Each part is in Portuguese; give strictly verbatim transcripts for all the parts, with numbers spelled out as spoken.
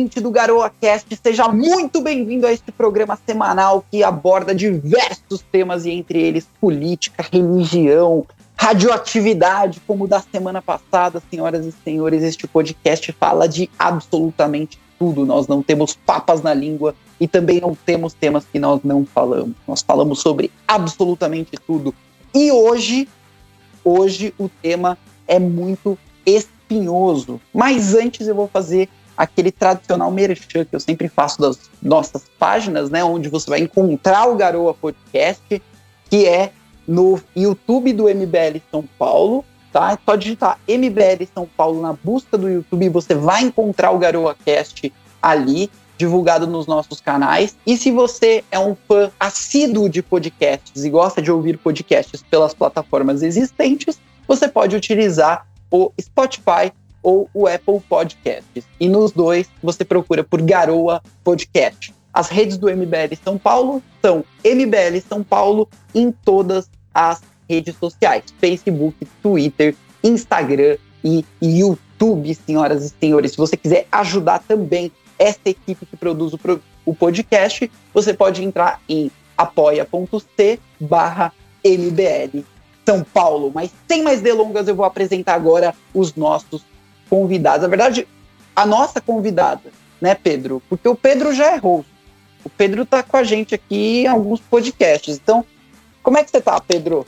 ouvinte do GaroaCast, seja muito bem-vindo a este programa semanal que aborda diversos temas, e entre eles política, religião, radioatividade, como da semana passada. Senhoras e senhores, este podcast fala de absolutamente tudo. Nós não temos papas na língua e também não temos temas que nós não falamos. Nós falamos sobre absolutamente tudo. E hoje, hoje o tema é muito espinhoso. Mas antes eu vou fazer aquele tradicional merchan que eu sempre faço das nossas páginas, né, onde você vai encontrar o Garoa Podcast, que é no YouTube do M B L São Paulo, tá? É só digitar M B L São Paulo na busca do YouTube e você vai encontrar o GaroaCast ali, divulgado nos nossos canais. E se você é um fã assíduo de podcasts e gosta de ouvir podcasts pelas plataformas existentes, você pode utilizar o Spotify ou o Apple Podcasts. E nos dois, você procura por Garoa Podcast. As redes do M B L São Paulo são M B L São Paulo em todas as redes sociais. Facebook, Twitter, Instagram e YouTube, senhoras e senhores. Se você quiser ajudar também essa equipe que produz o, pro, o podcast, você pode entrar em apoia.c barra MBL São Paulo. Mas sem mais delongas, eu vou apresentar agora os nossos convidados. Na verdade, a nossa convidada, né, Pedro? Porque o Pedro já é host. O Pedro tá com a gente aqui em alguns podcasts. Então, como é que você tá, Pedro?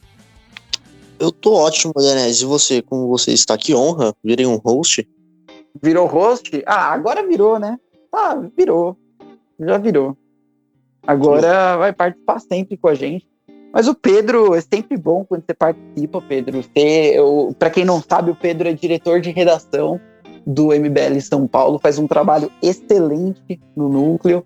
Eu tô ótimo, Denise. E você? Como você está? Que honra. Virei um host. Virou host? Ah, agora virou, né? Ah, virou. Já virou. Agora Sim. vai participar sempre com a gente. Mas o Pedro, é sempre bom quando você participa, Pedro. Você, eu, pra quem não sabe, o Pedro é diretor de redação do M B L São Paulo, faz um trabalho excelente no núcleo.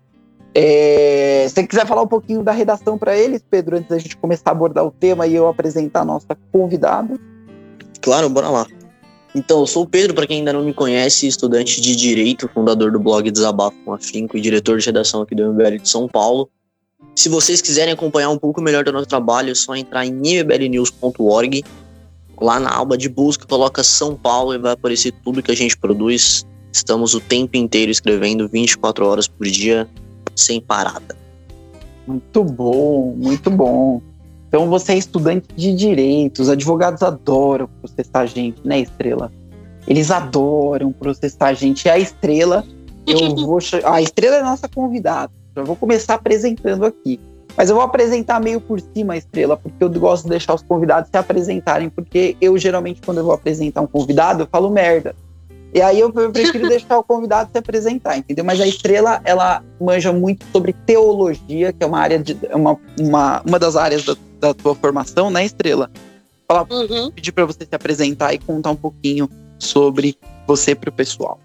É, se você quiser falar um pouquinho da redação para eles, Pedro, antes da gente começar a abordar o tema e eu apresentar a nossa convidada. Claro, bora lá. Então, eu sou o Pedro, para quem ainda não me conhece, estudante de Direito, fundador do blog Desabafo com Afinco e diretor de redação aqui do M B L de São Paulo. Se vocês quiserem acompanhar um pouco melhor do nosso trabalho, é só entrar em m b l news ponto org. Lá na aba de busca, coloca São Paulo e vai aparecer tudo que a gente produz. Estamos o tempo inteiro escrevendo, vinte e quatro horas por dia, sem parada. Muito bom, muito bom. Então você é estudante de direito, os advogados adoram processar a gente, né, Estrela? Eles adoram processar a gente. E a Estrela, eu vou... A Estrela é a nossa convidada. Já vou começar apresentando aqui. Mas eu vou apresentar meio por cima a Estrela, porque eu gosto de deixar os convidados se apresentarem, porque eu, geralmente, quando eu vou apresentar um convidado, eu falo merda. E aí eu, eu prefiro deixar o convidado se apresentar, entendeu? Mas a Estrela, ela manja muito sobre teologia, que é uma área de, uma, uma, uma das áreas da, da tua formação, né, Estrela? Falar, uhum. Pedir para você se apresentar e contar um pouquinho sobre você para o pessoal.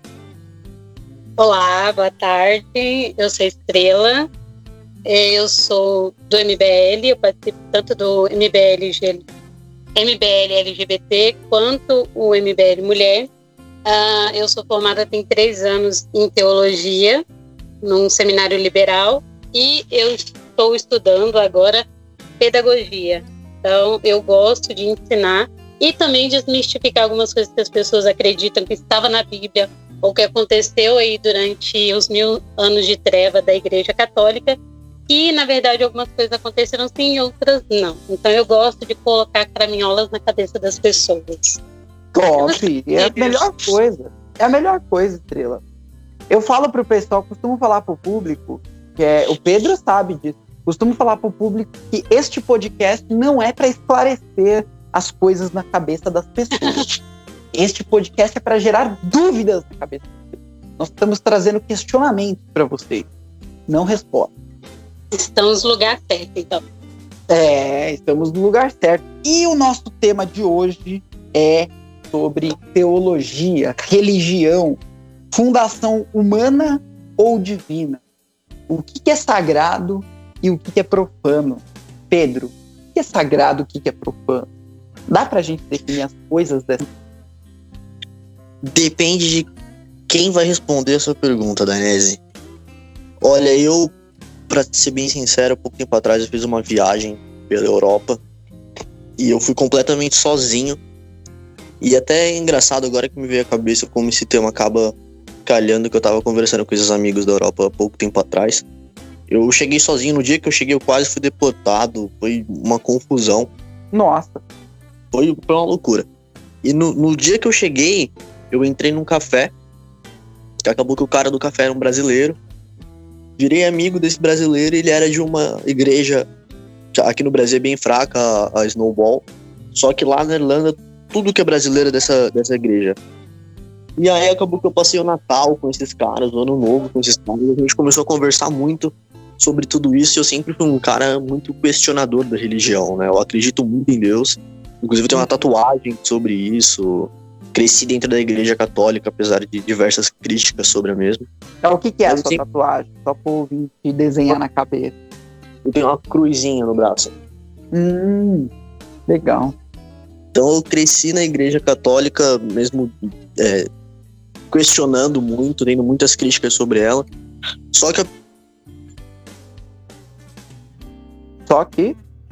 Olá, boa tarde. Eu sou Estrela. Eu sou do M B L. Eu participo tanto do M B L, M B L L G B T quanto o M B L Mulher. Uh, eu sou formada tem três anos em teologia, num seminário liberal, e eu estou estudando agora pedagogia. Então, eu gosto de ensinar e também desmistificar algumas coisas que as pessoas acreditam que estava na Bíblia ou que aconteceu aí durante os mil anos de treva da Igreja Católica, e, na verdade, algumas coisas aconteceram sim e outras não. Então, eu gosto de colocar caraminholas na cabeça das pessoas. Top! É a melhor coisa. É a melhor coisa, Estrela. Eu falo pro pessoal, costumo falar pro público, que é, o Pedro sabe disso, costumo falar pro público que este podcast não é para esclarecer as coisas na cabeça das pessoas. Este podcast é para gerar dúvidas na cabeça das pessoas. Nós estamos trazendo questionamentos para vocês, não respostas. Estamos no lugar certo, então. É, estamos no lugar certo. E o nosso tema de hoje é sobre teologia, religião, fundação humana ou divina. O que é sagrado e o que é profano? Pedro, o que é sagrado e o que é profano? Dá pra gente definir as coisas dessa? Depende de quem vai responder a sua pergunta, Danese. Olha, eu, pra ser bem sincero, pouco tempo atrás eu fiz uma viagem pela Europa e eu fui completamente sozinho. E até é engraçado agora que me veio à cabeça como esse tema acaba calhando que eu tava conversando com esses amigos da Europa há pouco tempo atrás. Eu cheguei sozinho, no dia que eu cheguei eu quase fui deportado, foi uma confusão. Nossa. Foi, foi uma loucura. E no, no dia que eu cheguei, eu entrei num café, que acabou que o cara do café era um brasileiro. Virei amigo desse brasileiro, ele era de uma igreja, aqui no Brasil é bem fraca, a, a Snowball. Só que lá na Irlanda, tudo que é brasileiro é dessa, dessa igreja. E aí acabou que eu passei o Natal com esses caras, o Ano Novo com esses caras, e a gente começou a conversar muito sobre tudo isso, e eu sempre fui um cara muito questionador da religião, né? Eu acredito muito em Deus, inclusive eu tenho uma tatuagem sobre isso, cresci dentro da igreja católica, apesar de diversas críticas sobre a mesma. Então, o que, que é a Mas sua sempre... tatuagem? Só pra ouvir e desenhar na cabeça. Eu tenho uma cruzinha no braço. Hum, legal. Então eu cresci na igreja católica, mesmo é, questionando muito, tendo muitas críticas sobre ela. Só que... Só que...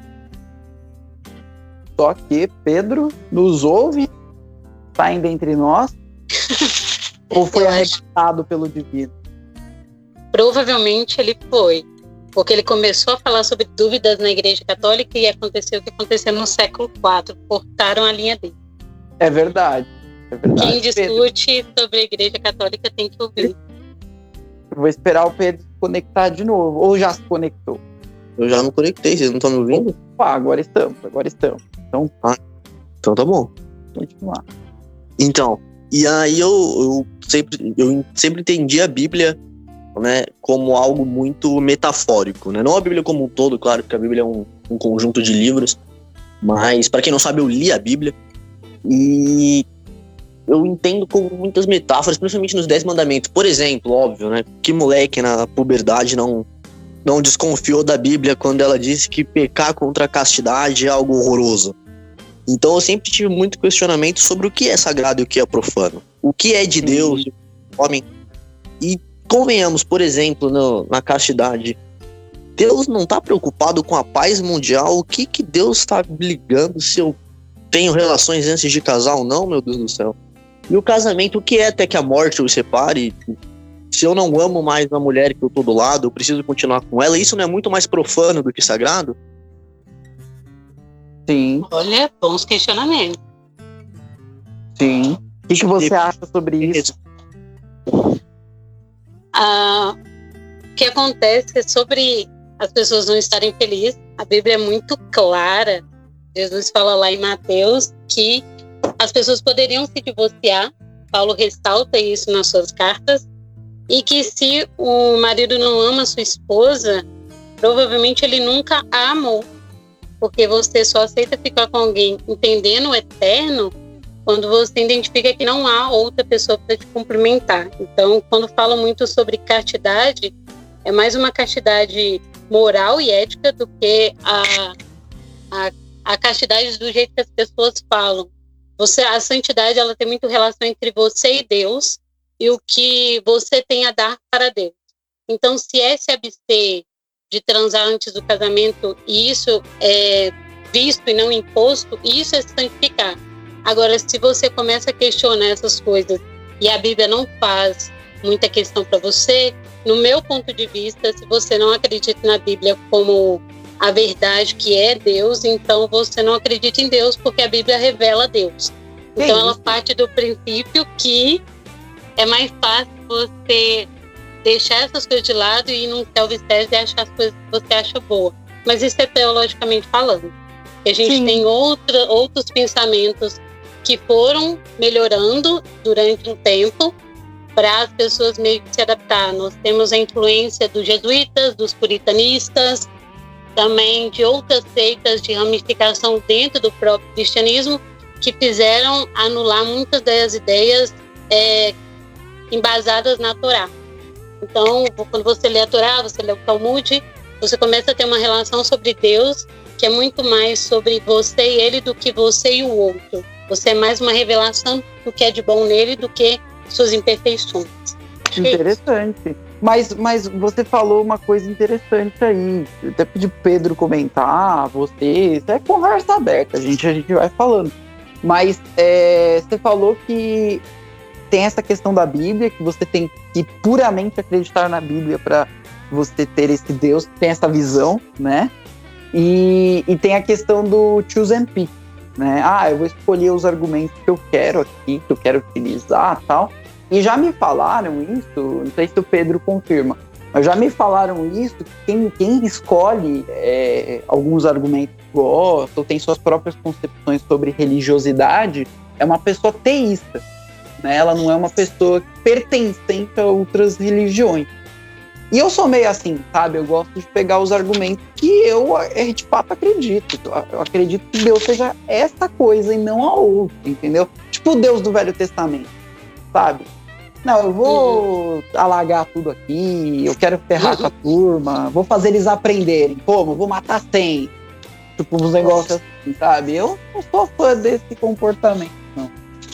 Só que Pedro nos ouve, tá ainda entre nós, ou foi arrebatado pelo divino? Provavelmente ele foi, porque ele começou a falar sobre dúvidas na igreja católica e aconteceu o que aconteceu no século quatro, cortaram a linha dele. É verdade, é verdade. Quem discute Pedro, sobre a igreja católica tem que ouvir. Eu vou esperar o Pedro se conectar de novo, ou já se conectou? Eu já me conectei, vocês não estão me ouvindo? Ah, agora estamos, agora estamos. Então, ah, então tá bom. Continuar. Então, e aí eu, eu, sempre, eu sempre entendi a Bíblia, né, como algo muito metafórico, né? Não a Bíblia como um todo, claro, porque a Bíblia é um, um conjunto de livros, mas para quem não sabe, eu li a Bíblia e eu entendo como muitas metáforas, principalmente nos Dez Mandamentos. Por exemplo, óbvio, né? Que moleque na puberdade não, não desconfiou da Bíblia quando ela disse que pecar contra a castidade é algo horroroso. Então eu sempre tive muito questionamento sobre o que é sagrado e o que é profano. O que é de Deus, de homem. E convenhamos, por exemplo, no, na castidade, Deus não está preocupado com a paz mundial. O que, que Deus está ligando se eu tenho relações antes de casar ou não, meu Deus do céu? E o casamento, o que é até que a morte os separe? Se eu não amo mais a mulher que eu tô do lado, eu preciso continuar com ela. Isso não é muito mais profano do que sagrado? Sim. Olha, bons questionamentos. Sim. O que, que você acha sobre isso? Ah, o que acontece é sobre as pessoas não estarem felizes. A Bíblia é muito clara. Jesus fala lá em Mateus que as pessoas poderiam se divorciar. Paulo ressalta isso nas suas cartas. E que se o marido não ama a sua esposa, provavelmente ele nunca a amou. Porque você só aceita ficar com alguém entendendo o eterno quando você identifica que não há outra pessoa para te complementar. Então, quando falo muito sobre castidade, é mais uma castidade moral e ética do que a, a, a castidade do jeito que as pessoas falam. Você, a santidade, ela tem muito relação entre você e Deus e o que você tem a dar para Deus. Então, se é se abster de transar antes do casamento, e isso é visto e não imposto, isso é santificar. Agora, se você começa a questionar essas coisas e a Bíblia não faz muita questão para você, no meu ponto de vista, se você não acredita na Bíblia como a verdade que é Deus, então você não acredita em Deus, porque a Bíblia revela Deus. Então, ela parte do princípio que é mais fácil você deixar essas coisas de lado e ir num self-test e achar as coisas que você acha boa. Mas isso é teologicamente falando. A gente Sim. tem outra, outros pensamentos que foram melhorando durante um tempo para as pessoas meio que se adaptar. Nós temos a influência dos jesuítas, dos puritanistas, também de outras seitas de ramificação dentro do próprio cristianismo, que fizeram anular muitas das ideias é, embasadas na Torá. Então, quando você lê a Torá, você lê o Talmud, você começa a ter uma relação sobre Deus que é muito mais sobre você e ele do que você e o outro. Você é mais uma revelação do que é de bom nele do que suas imperfeições. Interessante. Mas, mas você falou uma coisa interessante aí. Eu até pedi pro Pedro comentar, você, isso é conversa aberta, a gente, a gente vai falando. Mas é, você falou que tem essa questão da Bíblia, que você tem que puramente acreditar na Bíblia para você ter esse Deus, tem essa visão, né? E, e tem a questão do choose and pick, né? Ah, eu vou escolher os argumentos que eu quero aqui, que eu quero utilizar e tal. E já me falaram isso, não sei se o Pedro confirma, mas já me falaram isso, que quem, quem escolhe é, alguns argumentos que gosta, ou tem suas próprias concepções sobre religiosidade, é uma pessoa teísta, né? Ela não é uma pessoa pertencente a outras religiões. E eu sou meio assim, sabe? Eu gosto de pegar os argumentos que eu, de fato, acredito. Eu acredito que Deus seja essa coisa e não a outra, entendeu? Tipo o Deus do Velho Testamento, sabe? Não, eu vou uhum. alagar tudo aqui, eu quero ferrar uhum. com a turma, vou fazer eles aprenderem. Como? Vou matar cem. Tipo, uns negócios assim, sabe? Eu não sou fã desse comportamento, não.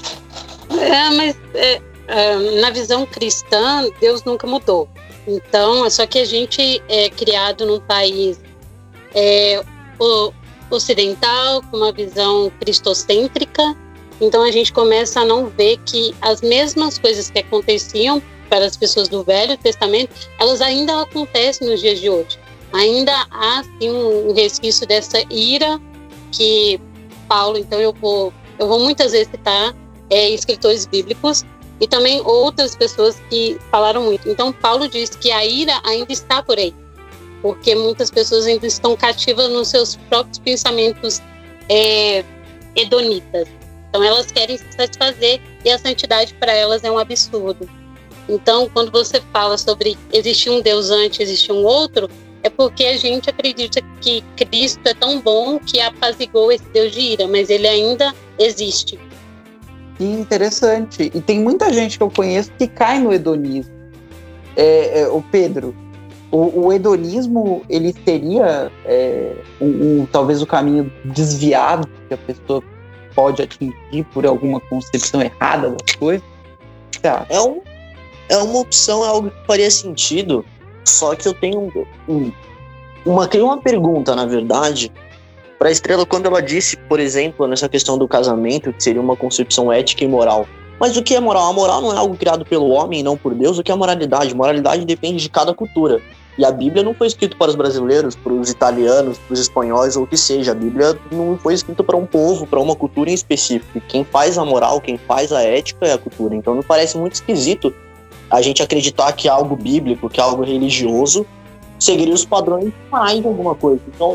É, mas é, é, na visão cristã, Deus nunca mudou. Então, só que a gente é criado num país é, ocidental, com uma visão cristocêntrica. Então, a gente começa a não ver que as mesmas coisas que aconteciam para as pessoas do Velho Testamento, elas ainda acontecem nos dias de hoje. Ainda há, assim, um resquício dessa ira que Paulo, então eu vou, eu vou muitas vezes citar é, escritores bíblicos, e também outras pessoas que falaram muito. Então, Paulo diz que a ira ainda está por aí, porque muitas pessoas ainda estão cativas nos seus próprios pensamentos é, hedonitas. Então, elas querem se satisfazer e a santidade para elas é um absurdo. Então, quando você fala sobre existir um Deus antes, existir um outro, é porque a gente acredita que Cristo é tão bom que apaziguou esse Deus de ira, mas ele ainda existe. Que interessante. E tem muita gente que eu conheço que cai no hedonismo. É, é, o Pedro, o, o hedonismo, ele seria é, um, um, talvez o caminho desviado que a pessoa pode atingir por alguma concepção errada das coisas? Tá. É, um, é uma opção, é algo que faria sentido, só que eu tenho um, um, uma, uma pergunta, na verdade, para a Estrela, quando ela disse, por exemplo, nessa questão do casamento, que seria uma concepção ética e moral. Mas o que é moral? A moral não é algo criado pelo homem e não por Deus. O que é moralidade? Moralidade depende de cada cultura. E a Bíblia não foi escrita para os brasileiros, para os italianos, para os espanhóis ou o que seja. A Bíblia não foi escrita para um povo, para uma cultura em específico. Quem faz a moral, quem faz a ética é a cultura. Então me parece muito esquisito a gente acreditar que é algo bíblico, que é algo religioso, seguiria os padrões morais de alguma coisa. Então...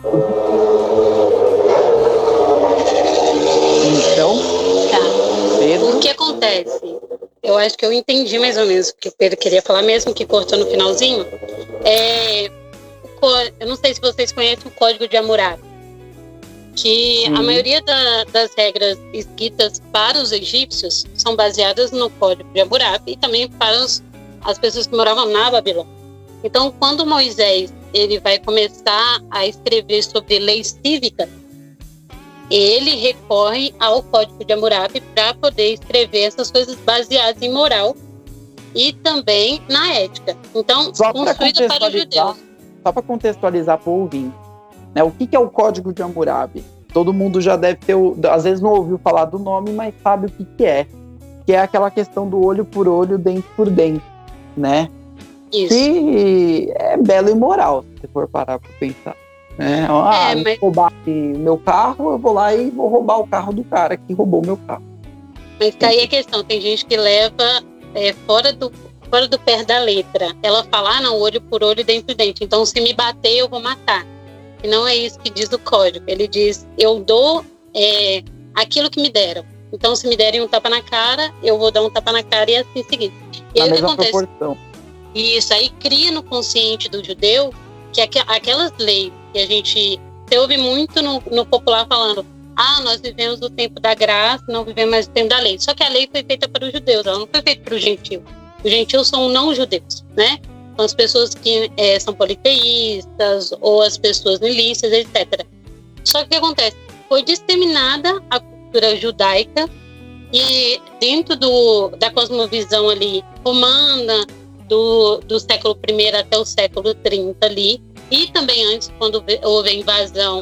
Então, tá. Pedro... O que acontece? Eu acho que eu entendi mais ou menos o que o Pedro queria falar, mesmo que cortou no finalzinho. É, eu não sei se vocês conhecem o Código de Hammurabi, que Sim. a maioria da, das regras escritas para os egípcios são baseadas no Código de Hammurabi e também para os, as pessoas que moravam na Babilônia. Então, quando Moisés ele vai começar a escrever sobre leis cívicas, ele recorre ao Código de Hammurabi para poder escrever essas coisas baseadas em moral e também na ética. Então, construído para os judeus. Só para contextualizar para o ouvinte, né, o que, que é o Código de Hammurabi? Todo mundo já deve ter, às vezes não ouviu falar do nome, mas sabe o que, que é. Que é aquela questão do olho por olho, dente por dente, né? Isso. Que é belo e moral, se for parar para pensar. É, ah, é, mas... roubar meu carro, eu vou lá e vou roubar o carro do cara que roubou meu carro. Mas tá aí a questão, tem gente que leva é, fora, do, fora do pé da letra. Ela fala, ah, não, olho por olho, dente por dente. Então, se me bater, eu vou matar. E não é isso que diz o código. Ele diz, eu dou é, aquilo que me deram. Então, se me derem um tapa na cara, eu vou dar um tapa na cara e assim seguir. E na aí, mesma o que acontece? Proporção. Isso aí cria no consciente do judeu que aqu- aquelas leis que a gente se ouve muito no, no popular falando, ah, nós vivemos o tempo da graça, não vivemos mais o tempo da lei. Só que a lei foi feita para os judeus, ela não foi feita para os gentios. Os gentios são não judeus, né? São as pessoas que é, são politeístas ou as pessoas milícias, etcétera. Só que o que acontece? Foi disseminada a cultura judaica e dentro do, da cosmovisão ali romana, do, do século primeiro até o século trinta ali, e também antes, quando houve a invasão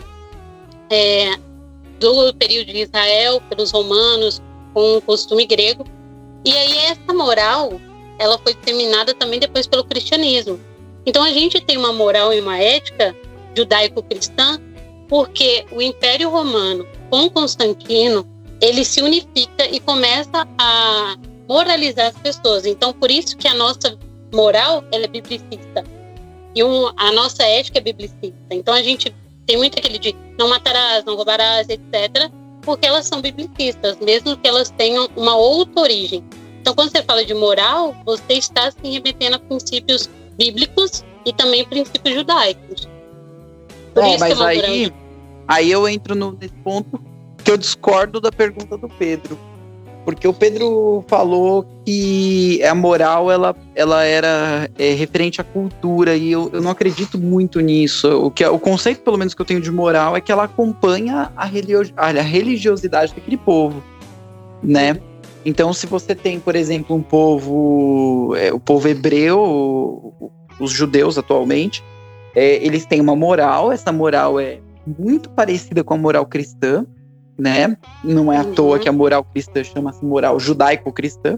é, do período de Israel pelos romanos com o costume grego, E aí essa moral, ela foi disseminada também depois pelo cristianismo. Então a gente tem uma moral e uma ética judaico-cristã, porque o Império Romano, com Constantino, ele se unifica e começa a moralizar as pessoas. Então, por isso que a nossa moral, ela é biblicista. E um, a nossa ética é biblicista. Então, a gente tem muito aquele de não matarás, não roubarás, etcétera, porque elas são biblicistas, mesmo que elas tenham uma outra origem. Então, quando você fala de moral, você está se remetendo a princípios bíblicos e também princípios judaicos. Por é, isso mas que é uma aí, moral... aí eu entro no, nesse ponto que eu discordo da pergunta do Pedro. Porque o Pedro falou que a moral ela, ela era é, referente à cultura, e eu, eu não acredito muito nisso. O, que, o conceito, pelo menos, que eu tenho de moral é que ela acompanha a, religi- a religiosidade daquele povo, né? Então, se você tem, por exemplo, um povo, é, o povo hebreu, os judeus atualmente, é, eles têm uma moral, essa moral é muito parecida com a moral cristã, né? Não é à Uhum. toa que a moral cristã chama-se moral judaico-cristã.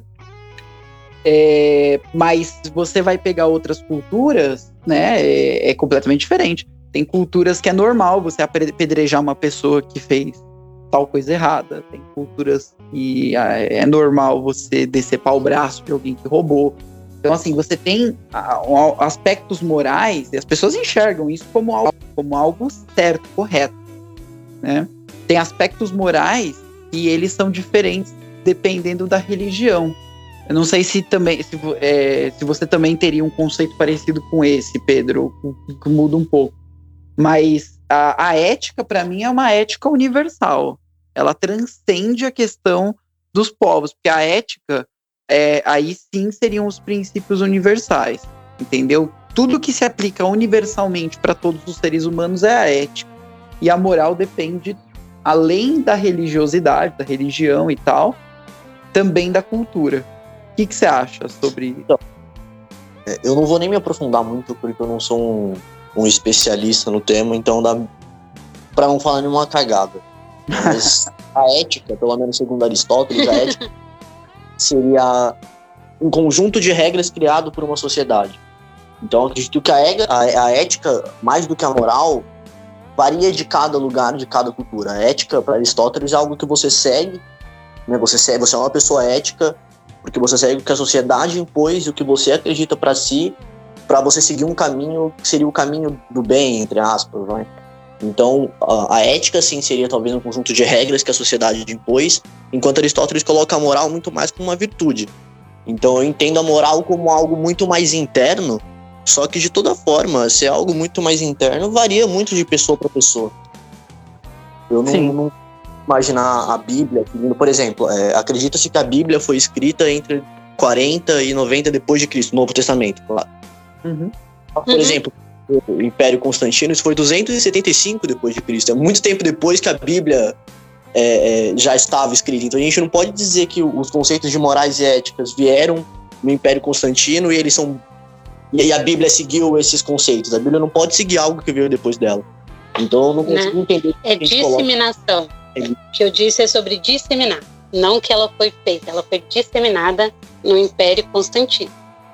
É, mas você vai pegar outras culturas, né? É, é completamente diferente. Tem culturas que é normal você apedrejar uma pessoa que fez tal coisa errada. Tem culturas que é normal você decepar o braço de alguém que roubou. Então, assim, você tem aspectos morais e as pessoas enxergam isso como algo, como algo certo, correto, né? Tem aspectos morais que eles são diferentes dependendo da religião. Eu não sei se também se, é, se você também teria um conceito parecido com esse, Pedro, que muda um pouco. Mas a, a ética, para mim, é uma ética universal. Ela transcende a questão dos povos, porque a ética, é, aí sim seriam os princípios universais, entendeu? Tudo que se aplica universalmente para todos os seres humanos é a ética. E a moral depende, além da religiosidade, da religião e tal, também da cultura. O que, que você acha sobre isso? Então, eu não vou nem me aprofundar muito, porque eu não sou um, um especialista no tema, então dá pra não falar nenhuma cagada. Mas a ética, pelo menos segundo Aristóteles, a ética seria um conjunto de regras criado por uma sociedade. Então eu acredito que a, a, a ética, mais do que a moral, varia de cada lugar, de cada cultura. A ética, para Aristóteles, é algo que você segue, né? Você segue, você é uma pessoa ética, porque você segue o que a sociedade impôs e o que você acredita para si, para você seguir um caminho que seria o caminho do bem, entre aspas, né? Então, a, a ética, sim, seria talvez um conjunto de regras que a sociedade impôs, enquanto Aristóteles coloca a moral muito mais como uma virtude. Então, eu entendo a moral como algo muito mais interno, só que, de toda forma, se é algo muito mais interno, varia muito de pessoa para pessoa. Eu não, não imaginar a Bíblia, por exemplo, é, acredita-se que a Bíblia foi escrita entre quarenta e noventa depois de Cristo, Novo Testamento, claro. Uhum. Por uhum. exemplo, o Império Constantino, isso foi duzentos e setenta e cinco depois de Cristo. É muito tempo depois que a Bíblia é, é, já estava escrita. Então a gente não pode dizer que os conceitos de morais e éticas vieram no Império Constantino e eles são e a Bíblia seguiu esses conceitos. A Bíblia não pode seguir algo que veio depois dela. Então eu não consigo né? entender. É disseminação. É. O que eu disse é sobre disseminar. Não que ela foi feita, ela foi disseminada no Império Constantino.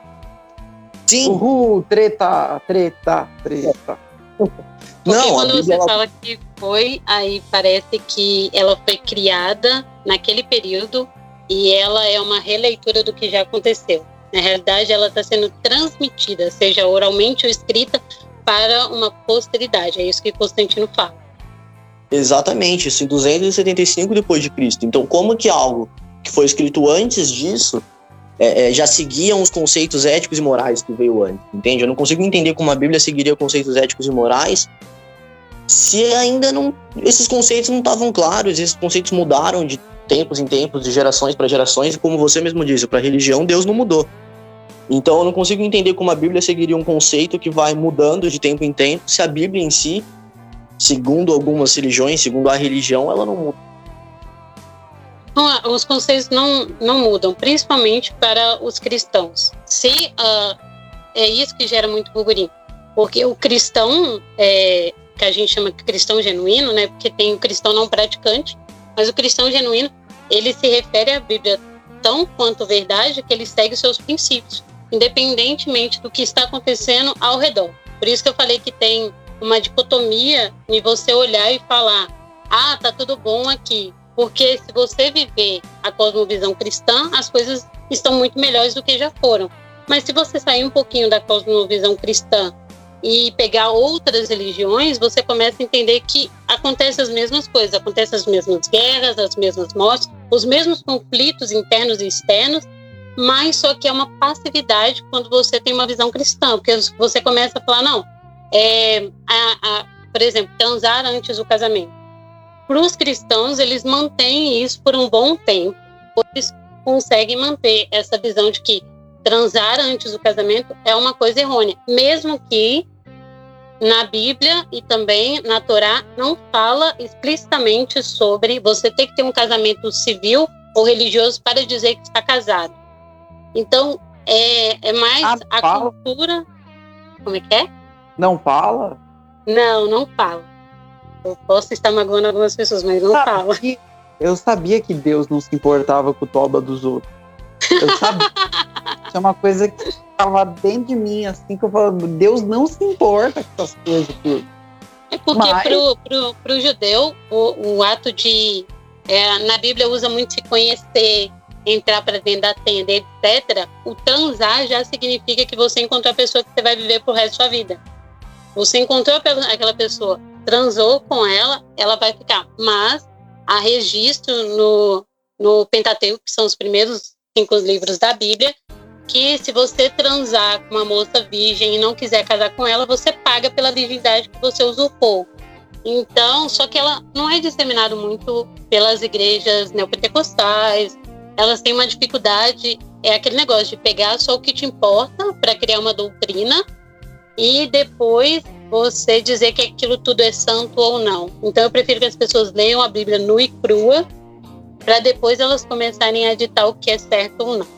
Sim. Uhul, treta, treta, treta. Porque não, quando você ela... fala que foi, aí parece que ela foi criada naquele período e ela é uma releitura do que já aconteceu. Na realidade, ela está sendo transmitida, seja oralmente ou escrita, para uma posteridade. É isso que Constantino fala. Exatamente, isso em duzentos e setenta e cinco depois de Cristo. Então, como que algo que foi escrito antes disso é, é, já seguiam os conceitos éticos e morais que veio antes, entende? Eu não consigo entender como a Bíblia seguiria conceitos éticos e morais se ainda não esses conceitos não estavam claros, esses conceitos mudaram de tempos em tempos, de gerações para gerações, e como você mesmo disse, para a religião Deus não mudou. Então eu não consigo entender como a Bíblia seguiria um conceito que vai mudando de tempo em tempo, se a Bíblia em si, segundo algumas religiões, segundo a religião, ela não muda. Os conceitos não, não mudam, principalmente para os cristãos. Se uh, é isso que gera muito burburinho, porque o cristão, é, que a gente chama de cristão genuíno, né, porque tem o cristão não praticante, mas o cristão genuíno, ele se refere à Bíblia tão quanto verdade que ele segue seus princípios, independentemente do que está acontecendo ao redor. Por isso que eu falei que tem uma dicotomia em você olhar e falar: ah, tá tudo bom aqui. Porque se você viver a cosmovisão cristã, as coisas estão muito melhores do que já foram. Mas se você sair um pouquinho da cosmovisão cristã e pegar outras religiões, você começa a entender que acontecem as mesmas coisas, acontecem as mesmas guerras, as mesmas mortes, os mesmos conflitos internos e externos, mas só que é uma passividade quando você tem uma visão cristã, porque você começa a falar, não, é, a, a, por exemplo, transar antes do casamento. Para os cristãos, eles mantêm isso por um bom tempo, eles conseguem manter essa visão de que transar antes do casamento é uma coisa errônea, mesmo que na Bíblia e também na Torá não fala explicitamente sobre você ter que ter um casamento civil ou religioso para dizer que está casado. Então, é, é mais ah, a fala. cultura... Como é que é? Não fala? Não, não fala. Eu posso estar magoando algumas pessoas, mas não fala. Eu sabia que Deus não se importava com o toba dos outros. Eu sabia. Isso é uma coisa que estava dentro de mim, assim, que eu falo, Deus não se importa com essas coisas tudo. É porque Mas... pro, pro, pro judeu, o, o ato de... É, na Bíblia usa muito se conhecer, entrar para dentro da tenda, etcétera. O transar já significa que você encontrou a pessoa que você vai viver pro resto da sua vida. Você encontrou aquela pessoa, transou com ela, ela vai ficar. Mas há registro no, no Pentateuco, que são os primeiros cinco livros da Bíblia, que se você transar com uma moça virgem e não quiser casar com ela, você paga pela virgindade que você usurpou. Então, só que ela não é disseminado muito pelas igrejas neopentecostais. Elas têm uma dificuldade, é aquele negócio de pegar só o que te importa para criar uma doutrina e depois você dizer que aquilo tudo é santo ou não. Então eu prefiro que as pessoas leiam a Bíblia nua e crua para depois elas começarem a ditar o que é certo ou não.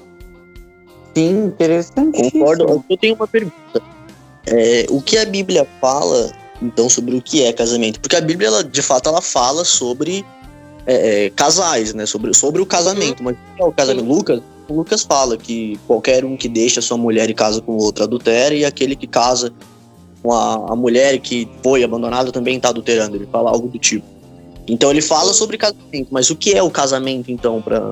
Sim, interessante. Concordo. Eu tenho uma pergunta. É, o que a Bíblia fala, então, sobre o que é casamento? Porque a Bíblia, ela, de fato, ela fala sobre é, casais, né? Sobre, sobre o casamento. Uhum. Mas o que é o casamento? Lucas, o Lucas fala que qualquer um que deixa sua mulher e casa com outra adultera, e aquele que casa com a, a mulher que foi abandonada também está adulterando. Ele fala algo do tipo. Então ele fala sobre casamento. Mas o que é o casamento, então, pra,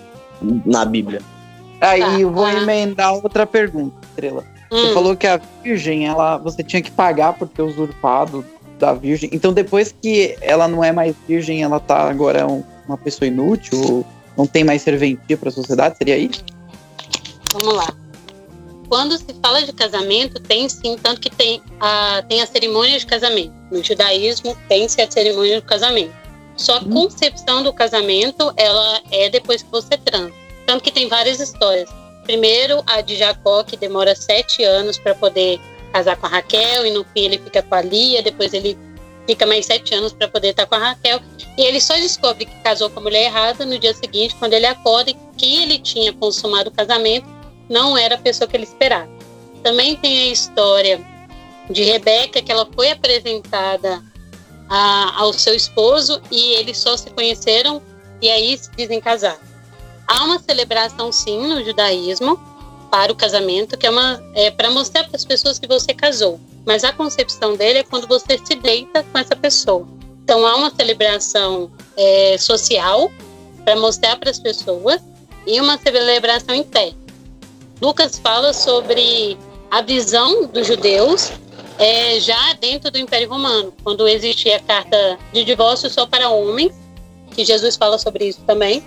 na Bíblia? Aí tá, eu vou ah. emendar outra pergunta, Estrela. Hum. Você falou que a virgem, ela, você tinha que pagar por ter usurpado da virgem. Então depois que ela não é mais virgem, ela tá agora um, uma pessoa inútil, ou não tem mais serventia para a sociedade, seria isso? Vamos lá. Quando se fala de casamento, tem sim, tanto que tem a, tem a cerimônia de casamento. No judaísmo tem-se a cerimônia do casamento. Só a hum. concepção do casamento, ela é depois que você transa. Tanto que tem várias histórias. Primeiro, a de Jacó, que demora sete anos para poder casar com a Raquel, e no fim ele fica com a Lia, depois ele fica mais sete anos para poder estar com a Raquel. E ele só descobre que casou com a mulher errada no dia seguinte, quando ele acorda e que ele tinha consumado o casamento, não era a pessoa que ele esperava. Também tem a história de Rebeca, que ela foi apresentada a, ao seu esposo e eles só se conheceram e aí se dizem casar. Há uma celebração, sim, no judaísmo para o casamento, que é, uma, é para mostrar para as pessoas que você casou. Mas a concepção dele é quando você se deita com essa pessoa. Então, há uma celebração é, social para mostrar para as pessoas e uma celebração interna. Lucas fala sobre a visão dos judeus é, já dentro do Império Romano, quando existia a carta de divórcio só para homens, que Jesus fala sobre isso também.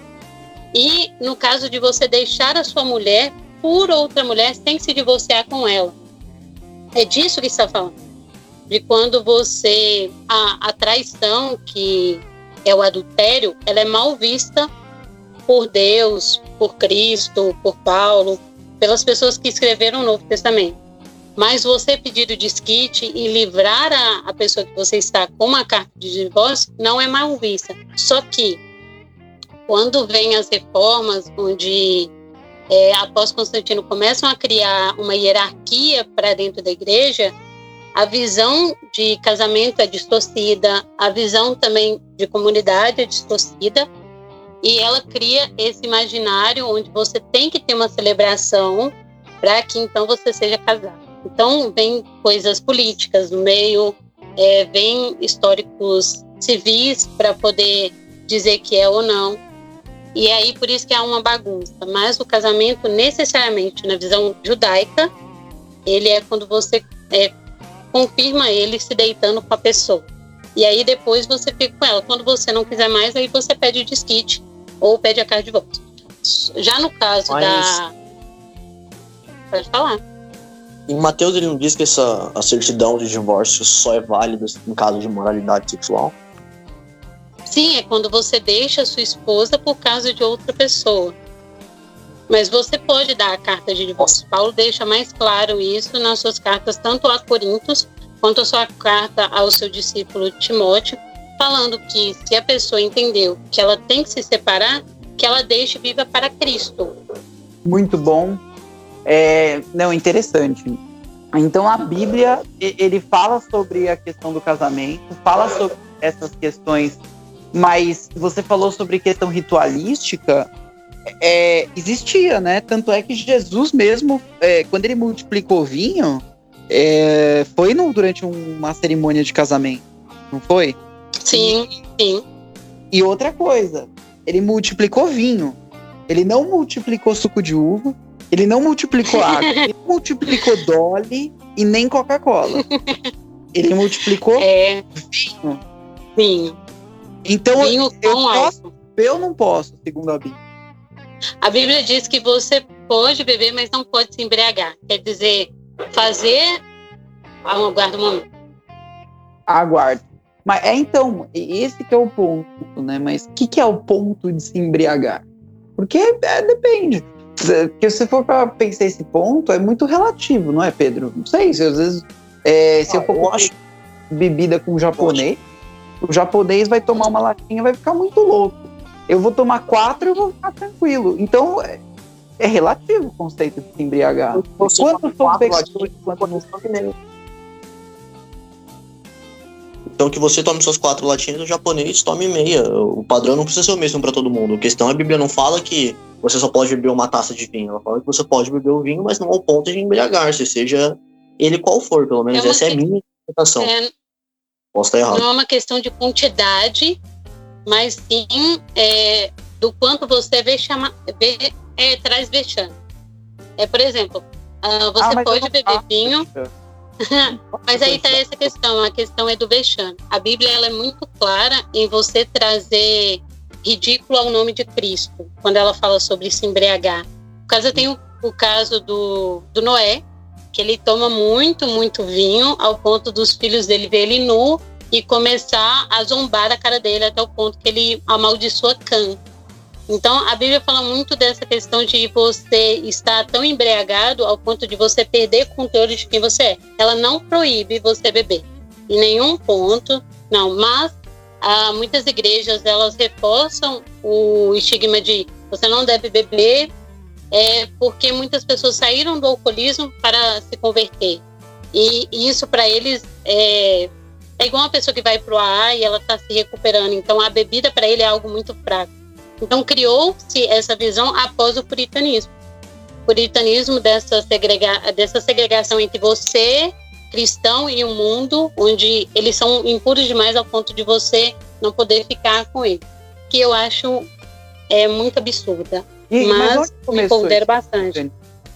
E no caso de você deixar a sua mulher por outra mulher sem se divorciar com ela. É disso que está falando. De quando você... A, a traição, que é o adultério, ela é mal vista por Deus, por Cristo, por Paulo, pelas pessoas que escreveram o Novo Testamento. Mas você pedir o desquite e livrar a, a pessoa que você está com uma carta de divórcio não é mal vista. Só que quando vem as reformas, onde é, após Constantino começam a criar uma hierarquia para dentro da igreja, a visão de casamento é distorcida, a visão também de comunidade é distorcida, e ela cria esse imaginário onde você tem que ter uma celebração para que então você seja casado. Então vem coisas políticas no meio, é, vem históricos civis para poder dizer que é ou não. E aí por isso que há uma bagunça. Mas o casamento necessariamente na visão judaica, ele é quando você é, confirma ele se deitando com a pessoa. E aí depois você fica com ela. Quando você não quiser mais, aí você pede o desquite ou pede a carta de volta. Já no caso Mas... da... Pode falar. Em Mateus ele não diz que essa, a certidão de divórcio só é válida em caso de imoralidade sexual? Sim, é quando você deixa a sua esposa por causa de outra pessoa. Mas você pode dar a carta de divórcio. Paulo deixa mais claro isso nas suas cartas, tanto a Coríntios, quanto a sua carta ao seu discípulo Timóteo, falando que se a pessoa entendeu que ela tem que se separar, que ela deixe viva para Cristo. Muito bom. É, não, interessante. Então a Bíblia, ele fala sobre a questão do casamento, fala sobre essas questões, mas você falou sobre questão ritualística, é, existia, né? Tanto é que Jesus mesmo, é, quando ele multiplicou o vinho, é, foi no, durante uma cerimônia de casamento, não foi? Sim, sim. E outra coisa, ele multiplicou vinho, ele não multiplicou suco de uva, ele não multiplicou água, ele não multiplicou Dolly e nem Coca-Cola. Ele multiplicou é. vinho. Vinho. Então, vinho eu, com posso, álcool. eu não posso, segundo a Bíblia. A Bíblia diz que você pode beber, mas não pode se embriagar. Quer dizer, fazer... Aguarda um momento. Aguardo. Mas é então, esse que é o ponto, né? Mas o que, que é o ponto de se embriagar? Porque é, depende. Porque se for para pensar esse ponto, é muito relativo, não é, Pedro? Não sei, se às vezes é, se ah, eu for eu acho... bebida com japonês, o japonês vai tomar uma latinha e vai ficar muito louco. Eu vou tomar quatro e eu vou ficar tranquilo. Então é, é relativo o conceito de se embriagar. Quanto são pessoas, quanto não são que nem... Então que você tome suas quatro latinhas, o japonês tome meia. O padrão não precisa ser o mesmo para todo mundo. A questão é, a Bíblia não fala que você só pode beber uma taça de vinho. Ela fala que você pode beber o vinho, mas não ao ponto de embriagar-se, seja ele qual for. Pelo menos é essa que... é a minha interpretação. É... Posso estar errado. Não é uma questão de quantidade, mas sim é, do quanto você vê chama, vê, é, traz vexame. É, por exemplo, uh, você ah, pode beber faço. vinho... Mas aí tá essa questão, a questão é do vexame. A Bíblia ela é muito clara em você trazer ridículo ao nome de Cristo, quando ela fala sobre se embriagar. No caso, eu tenho o caso do, do Noé, que ele toma muito, muito vinho, ao ponto dos filhos dele ver ele nu e começar a zombar a cara dele, até o ponto que ele amaldiçoa Cã. Então, a Bíblia fala muito dessa questão de você estar tão embriagado ao ponto de você perder controle de quem você é. Ela não proíbe você beber, em nenhum ponto, não. Mas, ah, muitas igrejas, elas reforçam o estigma de você não deve beber, é, porque muitas pessoas saíram do alcoolismo para se converter. E, e isso, para eles, é, é igual uma pessoa que vai para o A A e ela está se recuperando. Então, a bebida, para ele, é algo muito fraco. Então, criou-se essa visão após o puritanismo. O puritanismo dessa, segrega- dessa segregação entre você, cristão, e o mundo, onde eles são impuros demais ao ponto de você não poder ficar com ele. Que eu acho é, muito absurda. E, mas mas me pondera bastante.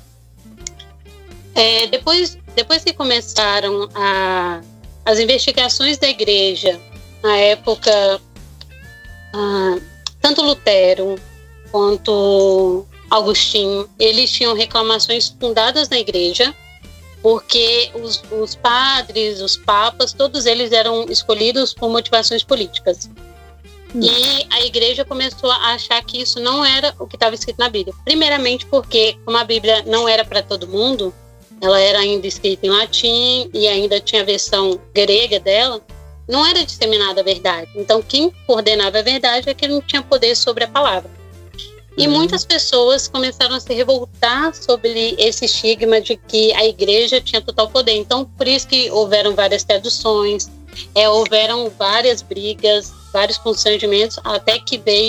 É, depois, depois que começaram a, as investigações da igreja, na época... Ah, tanto Lutero quanto Agostinho, eles tinham reclamações fundadas na igreja, porque os, os padres, os papas, todos eles eram escolhidos por motivações políticas. Hum. E a igreja começou a achar que isso não era o que estava escrito na Bíblia. Primeiramente porque, como a Bíblia não era para todo mundo, ela era ainda escrita em latim e ainda tinha a versão grega dela, não era disseminada a verdade. Então, quem coordenava a verdade é que não tinha poder sobre a palavra. E uhum. muitas pessoas começaram a se revoltar sobre esse estigma de que a igreja tinha total poder. Então, por isso que houveram várias traduções, é, houveram várias brigas, vários constrangimentos, até que veio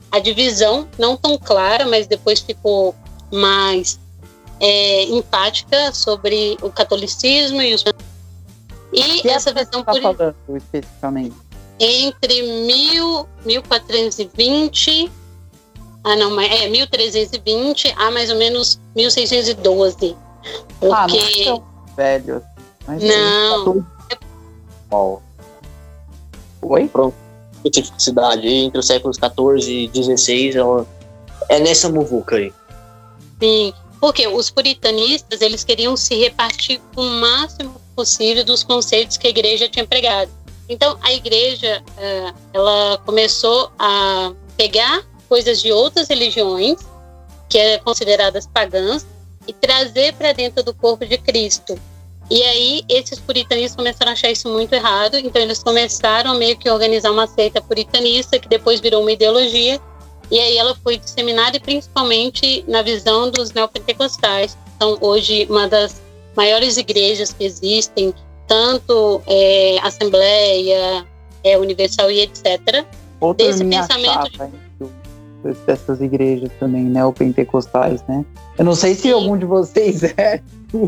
a divisão, não tão clara, mas depois ficou mais é, empática sobre o catolicismo e os... E que essa época visão você está por falando especificamente? entre mil, mil quatrocentos e vinte, ah não, mas é mil trezentos e vinte a mais ou menos mil seiscentos e doze. Porque... Ah, não é tão velho. Mas não. Oh. Oi? Pronto. Especificidade entre os séculos quatorze e dezesseis, ela é nessa muvuca aí. Sim, porque os puritanistas, eles queriam se repartir o máximo possível dos conceitos que a igreja tinha pregado. Então, a igreja, ela começou a pegar coisas de outras religiões, que eram consideradas pagãs, e trazer para dentro do corpo de Cristo. E aí, esses puritanistas começaram a achar isso muito errado, então eles começaram meio que a organizar uma seita puritanista, que depois virou uma ideologia, e aí ela foi disseminada principalmente na visão dos neopentecostais. Então, hoje, uma das maiores igrejas que existem, tanto é, Assembleia, é, Universal e etcétera. Outra Desse minha pensamento chapa, de... dessas igrejas também, neopentecostais, né? Eu não sei se Sim. algum de vocês é.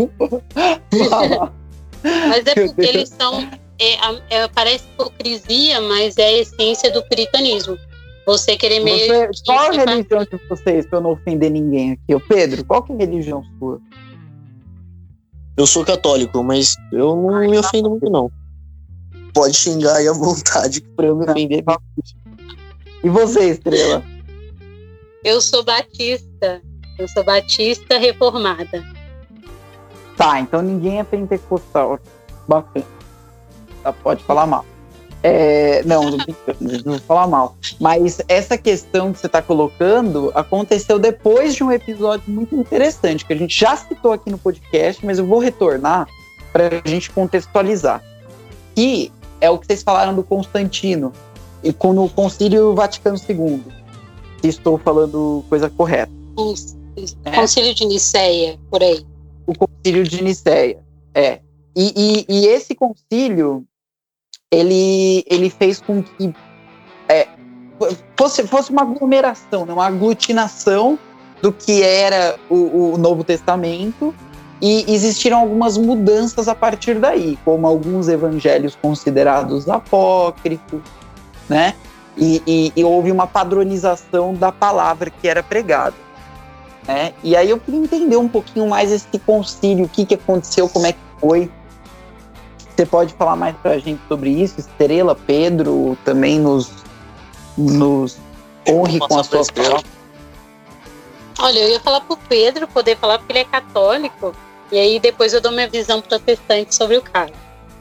Mas é porque eles são. É, é, parece hipocrisia, mas é a essência do puritanismo. Você querer meio. Você, que qual a se religião de vocês, pra eu não ofender ninguém aqui? Ô Pedro, qual que é a religião sua? Eu sou católico, mas eu não Ai, me ofendo muito, não. Pode xingar aí à vontade, pra eu me ofender. E você, Estrela? Eu sou batista. Eu sou batista reformada. Tá, então ninguém é pentecostal. Bacana. Tá, pode falar mal. É, não, não, não vou falar mal. Mas essa questão que você está colocando aconteceu depois de um episódio muito interessante, que a gente já citou aqui no podcast, mas eu vou retornar para a gente contextualizar. Que é o que vocês falaram do Constantino, e com o Concílio Vaticano segundo. Se estou falando coisa correta. Isso. É. Concílio de Nicéia, por aí. O Concílio de Nicéia, é. E, e, e esse concílio, ele, ele fez com que é, fosse, fosse uma aglomeração, né, uma aglutinação do que era o, o Novo Testamento, e existiram algumas mudanças a partir daí, como alguns evangelhos considerados apócrifos, né? E, e, e houve uma padronização da palavra que era pregada. Né? E aí eu queria entender um pouquinho mais esse concílio, o que, que aconteceu, como é que foi. Você pode falar mais pra gente sobre isso? Estrela, Pedro, também nos, nos honre com a sua palavra. Olha, eu ia falar pro Pedro poder falar porque ele é católico, e aí depois eu dou minha visão protestante sobre o caso.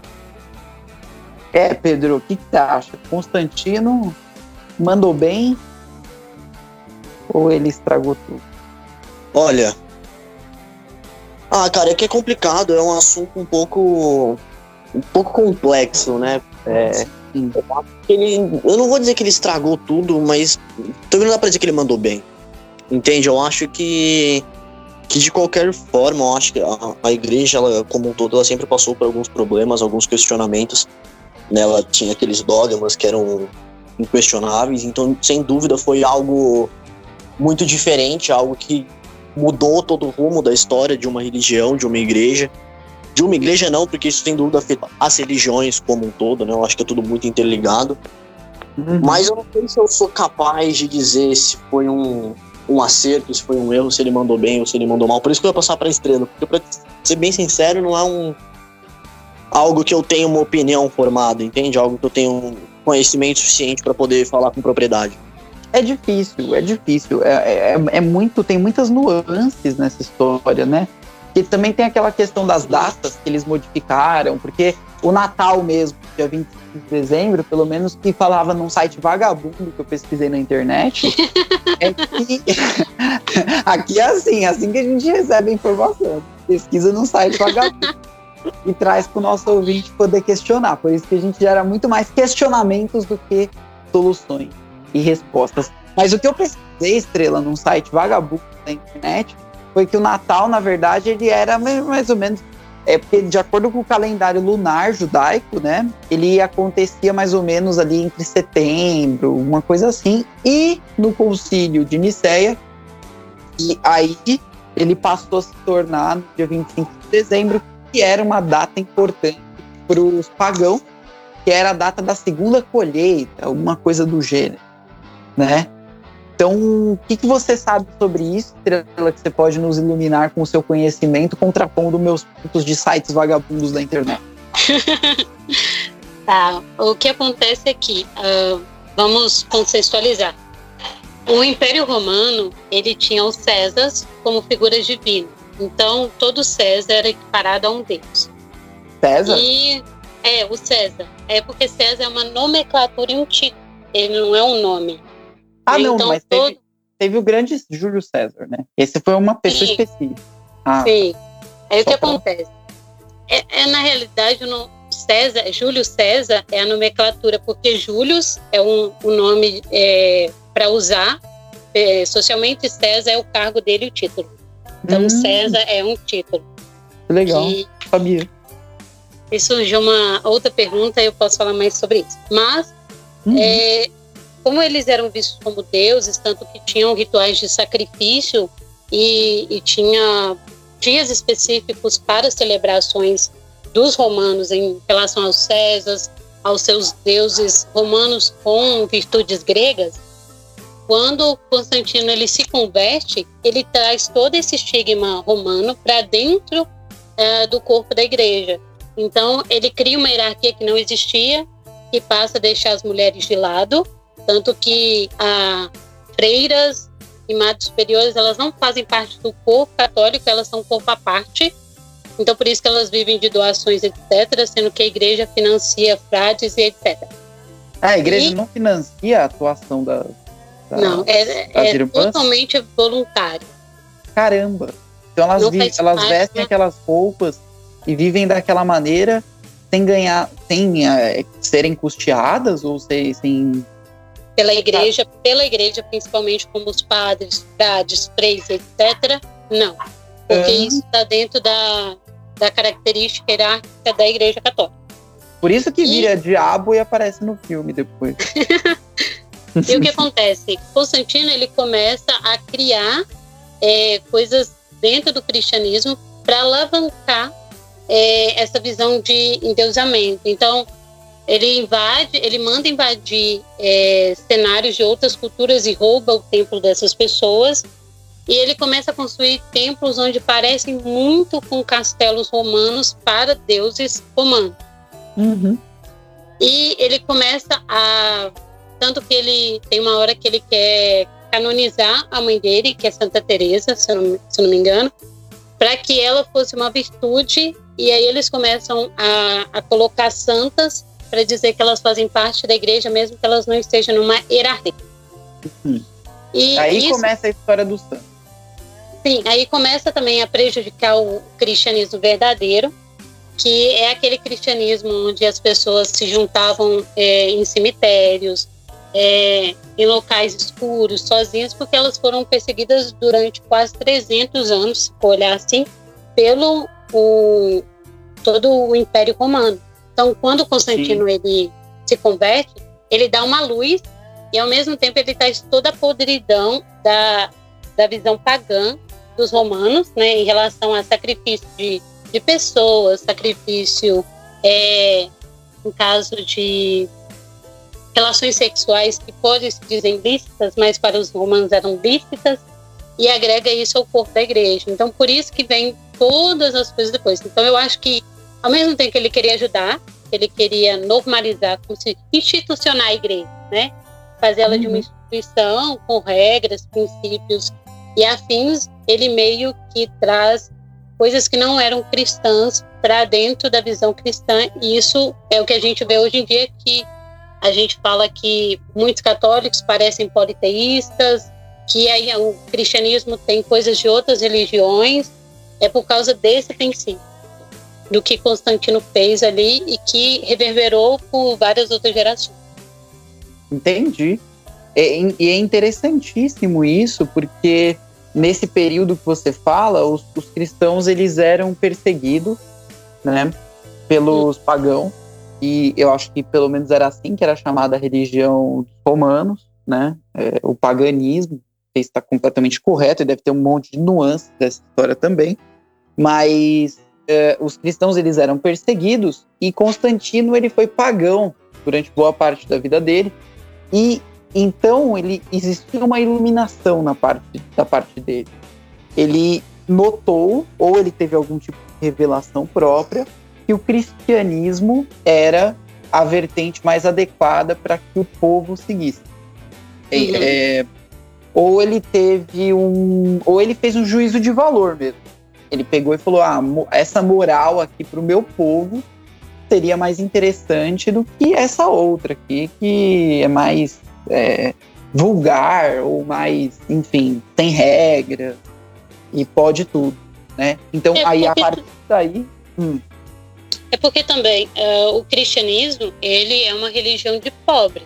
É, Pedro, o que, que você acha? Constantino mandou bem ou ele estragou tudo? Olha, ah, cara, é que é complicado, é um assunto um pouco, um pouco complexo, né? É, ele, eu não vou dizer que ele estragou tudo, mas também não dá pra dizer que ele mandou bem, entende? Eu acho que, que de qualquer forma, eu acho que a, a igreja, ela, como um todo, ela sempre passou por alguns problemas, alguns questionamentos, né? Ela tinha aqueles dogmas que eram inquestionáveis, então, sem dúvida, foi algo muito diferente, algo que mudou todo o rumo da história de uma religião, de uma igreja. De uma igreja não, porque isso sem dúvida afeta as religiões como um todo, né? Eu acho que é tudo muito interligado. Uhum. Mas eu não sei se eu sou capaz de dizer se foi um, um acerto, se foi um erro, se ele mandou bem ou se ele mandou mal. Por isso que eu ia passar pra Estrela. Porque, pra ser bem sincero, não é um algo que eu tenho uma opinião formada, entende? Algo que eu tenho um conhecimento suficiente para poder falar com propriedade. É difícil, é difícil, é, é, é muito, tem muitas nuances nessa história, né? E também tem aquela questão das datas que eles modificaram, porque o Natal mesmo, dia vinte e cinco de dezembro, pelo menos que falava num site vagabundo que eu pesquisei na internet, é que aqui é assim, assim que a gente recebe a informação, pesquisa num site vagabundo e traz para o nosso ouvinte poder questionar, por isso que a gente gera muito mais questionamentos do que soluções e respostas. Mas o que eu pesquisei, Estrela, num site vagabundo da internet, foi que o Natal, na verdade, ele era mais ou menos É porque, de acordo com o calendário lunar judaico, né, ele acontecia mais ou menos ali entre setembro, uma coisa assim, e no concílio de Nicéia, e aí ele passou a se tornar no dia vinte e cinco de dezembro, que era uma data importante para os pagãos, que era a data da segunda colheita, alguma coisa do gênero, né? Então, o que, que você sabe sobre isso, Estrela, que você pode nos iluminar com o seu conhecimento, contrapondo meus pontos de sites vagabundos da internet? Tá, o que acontece é que, uh, vamos contextualizar. O Império Romano, ele tinha os Césares como figuras divinas. Então, todo César era equiparado a um deus. César? E, é, o César. É porque César é uma nomenclatura e um título. Ele não é um nome. Ah, não, então, mas todo... teve, teve o grande Júlio César, né? Esse foi uma pessoa Sim. específica. Ah, Sim. Aí o que pra... acontece? É, é, na realidade, no César, Júlio César é a nomenclatura, porque Július é um, um nome é, para usar. É, socialmente, César é o cargo dele e o título. Então, hum, César é um título. Legal, E, sabia. e surgiu uma outra pergunta, eu posso falar mais sobre isso. Mas, Uhum. é, como eles eram vistos como deuses, tanto que tinham rituais de sacrifício e, e tinha dias específicos para celebrações dos romanos em relação aos Césares, aos seus deuses romanos com virtudes gregas, quando Constantino ele se converte, ele traz todo esse estigma romano para dentro uh, do corpo da igreja. Então, ele cria uma hierarquia que não existia, que passa a deixar as mulheres de lado, tanto que a freiras e madres superiores, elas não fazem parte do corpo católico, elas são corpo à parte. Então, por isso que elas vivem de doações, etcétera, sendo que a igreja financia frades e etcétera. Ah, a igreja e... não financia a atuação da... da não, é, é totalmente voluntário. Caramba! Então elas, vi, elas vestem né? aquelas roupas e vivem daquela maneira sem ganhar, sem é, serem custeadas ou sem... sem... Pela igreja, pela igreja, principalmente como os padres, frades, freis, etcétera. Não, porque uhum. isso está dentro da, da característica hierárquica da igreja católica. Por isso que vira e... diabo e aparece no filme depois. E o que acontece? Constantino, ele começa a criar é, coisas dentro do cristianismo para alavancar é, essa visão de endeusamento. Então, ele invade, ele manda invadir é, cenários de outras culturas e rouba o templo dessas pessoas. E ele começa a construir templos onde parecem muito com castelos romanos para deuses romanos. Uhum. E ele começa a... Tanto que ele tem uma hora que ele quer canonizar a mãe dele, que é Santa Teresa, se eu não, se eu não me engano, para que ela fosse uma virtude. E aí eles começam a, a colocar santas para dizer que elas fazem parte da igreja, mesmo que elas não estejam numa hierarquia. Uhum. E aí isso, começa a história do santo. Sim, aí começa também a prejudicar o cristianismo verdadeiro, que é aquele cristianismo onde as pessoas se juntavam é, em cemitérios, é, em locais escuros, sozinhas, porque elas foram perseguidas durante quase trezentos anos, se for olhar assim, pelo o, todo o Império Romano. Então, quando Constantino ele se converte, ele dá uma luz e, ao mesmo tempo, ele traz toda a podridão da, da visão pagã dos romanos, né, em relação a sacrifício de, de pessoas, sacrifício é, em caso de relações sexuais que podem se dizer lícitas, mas para os romanos eram lícitas, e agrega isso ao corpo da igreja. Então, por isso que vem todas as coisas depois. Então, eu acho que, ao mesmo tempo que ele queria ajudar, ele queria normalizar, como se institucionar a igreja, né? Fazer ela uhum. de uma instituição com regras, princípios e afins, ele meio que traz coisas que não eram cristãs para dentro da visão cristã, e isso é o que a gente vê hoje em dia, que a gente fala que muitos católicos parecem politeístas, que aí o cristianismo tem coisas de outras religiões, é por causa desse princípio, do que Constantino fez ali e que reverberou por várias outras gerações. Entendi. E é, é interessantíssimo isso, porque nesse período que você fala, os, os cristãos eles eram perseguidos né, pelos pagãos, e eu acho que pelo menos era assim que era chamada a religião dos romanos, né, é, o paganismo. Não sei se está completamente correto, e deve ter um monte de nuances dessa história também, mas é, os cristãos eles eram perseguidos, e Constantino ele foi pagão durante boa parte da vida dele, e então ele existiu uma iluminação na parte, da parte dele. Ele notou, ou ele teve algum tipo de revelação própria, que o cristianismo era a vertente mais adequada para que o povo seguisse. Uhum. É, ou ele teve um, ou ele fez um juízo de valor mesmo. Ele pegou e falou: ah, essa moral aqui para o meu povo seria mais interessante do que essa outra aqui, que é mais é, vulgar, ou mais, enfim, tem regra e pode tudo, né? Então, é aí a partir daí... Hum. É porque também uh, o cristianismo, ele é uma religião de pobre.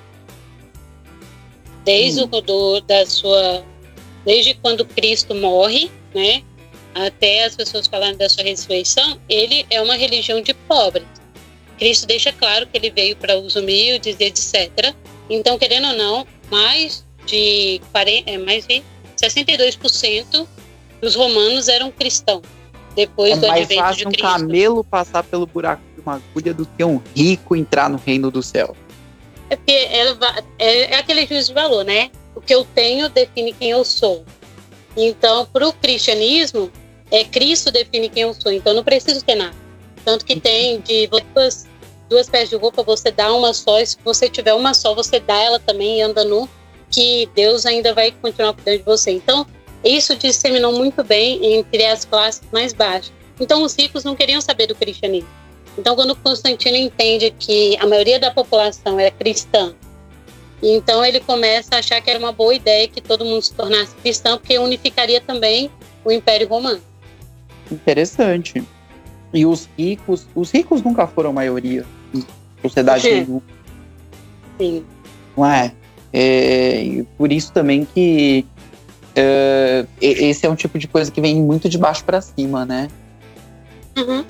Desde hum. o do, da sua... Desde quando Cristo morre, né? Até as pessoas falarem da sua ressurreição, ele é uma religião de pobres. Cristo deixa claro que ele veio para os humildes, etcétera. Então, querendo ou não, mais de, quarenta, mais de sessenta e dois por cento dos romanos eram cristãos. Depois é do advento de Cristo. É mais fácil um camelo passar pelo buraco de uma agulha do que um rico entrar no reino do céu. É porque ela é, é aquele juízo de valor, né? O que eu tenho define quem eu sou. Então, para o cristianismo, é Cristo define quem eu sou. Então, eu não preciso ter nada. Tanto que tem de duas, duas peças de roupa, você dá uma só, e se você tiver uma só, você dá ela também e anda nu, que Deus ainda vai continuar cuidando de você. Então, isso disseminou muito bem entre as classes mais baixas. Então, os ricos não queriam saber do cristianismo. Então, quando Constantino entende que a maioria da população era cristã, então ele começa a achar que era uma boa ideia que todo mundo se tornasse cristão, porque unificaria também o Império Romano. Interessante. E os ricos, os ricos nunca foram maioria em sociedade nenhuma. Sim. Não é? É, e por isso também que é, esse é um tipo de coisa que vem muito de baixo para cima, né? Uhum.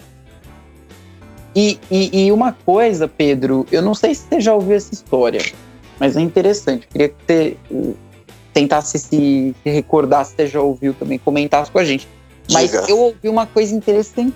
E, e, e uma coisa, Pedro, eu não sei se você já ouviu essa história, mas é interessante. Queria que você tentasse se, se recordar, se você já ouviu também, comentasse com a gente. Mas Diga. Eu ouvi uma coisa interessante.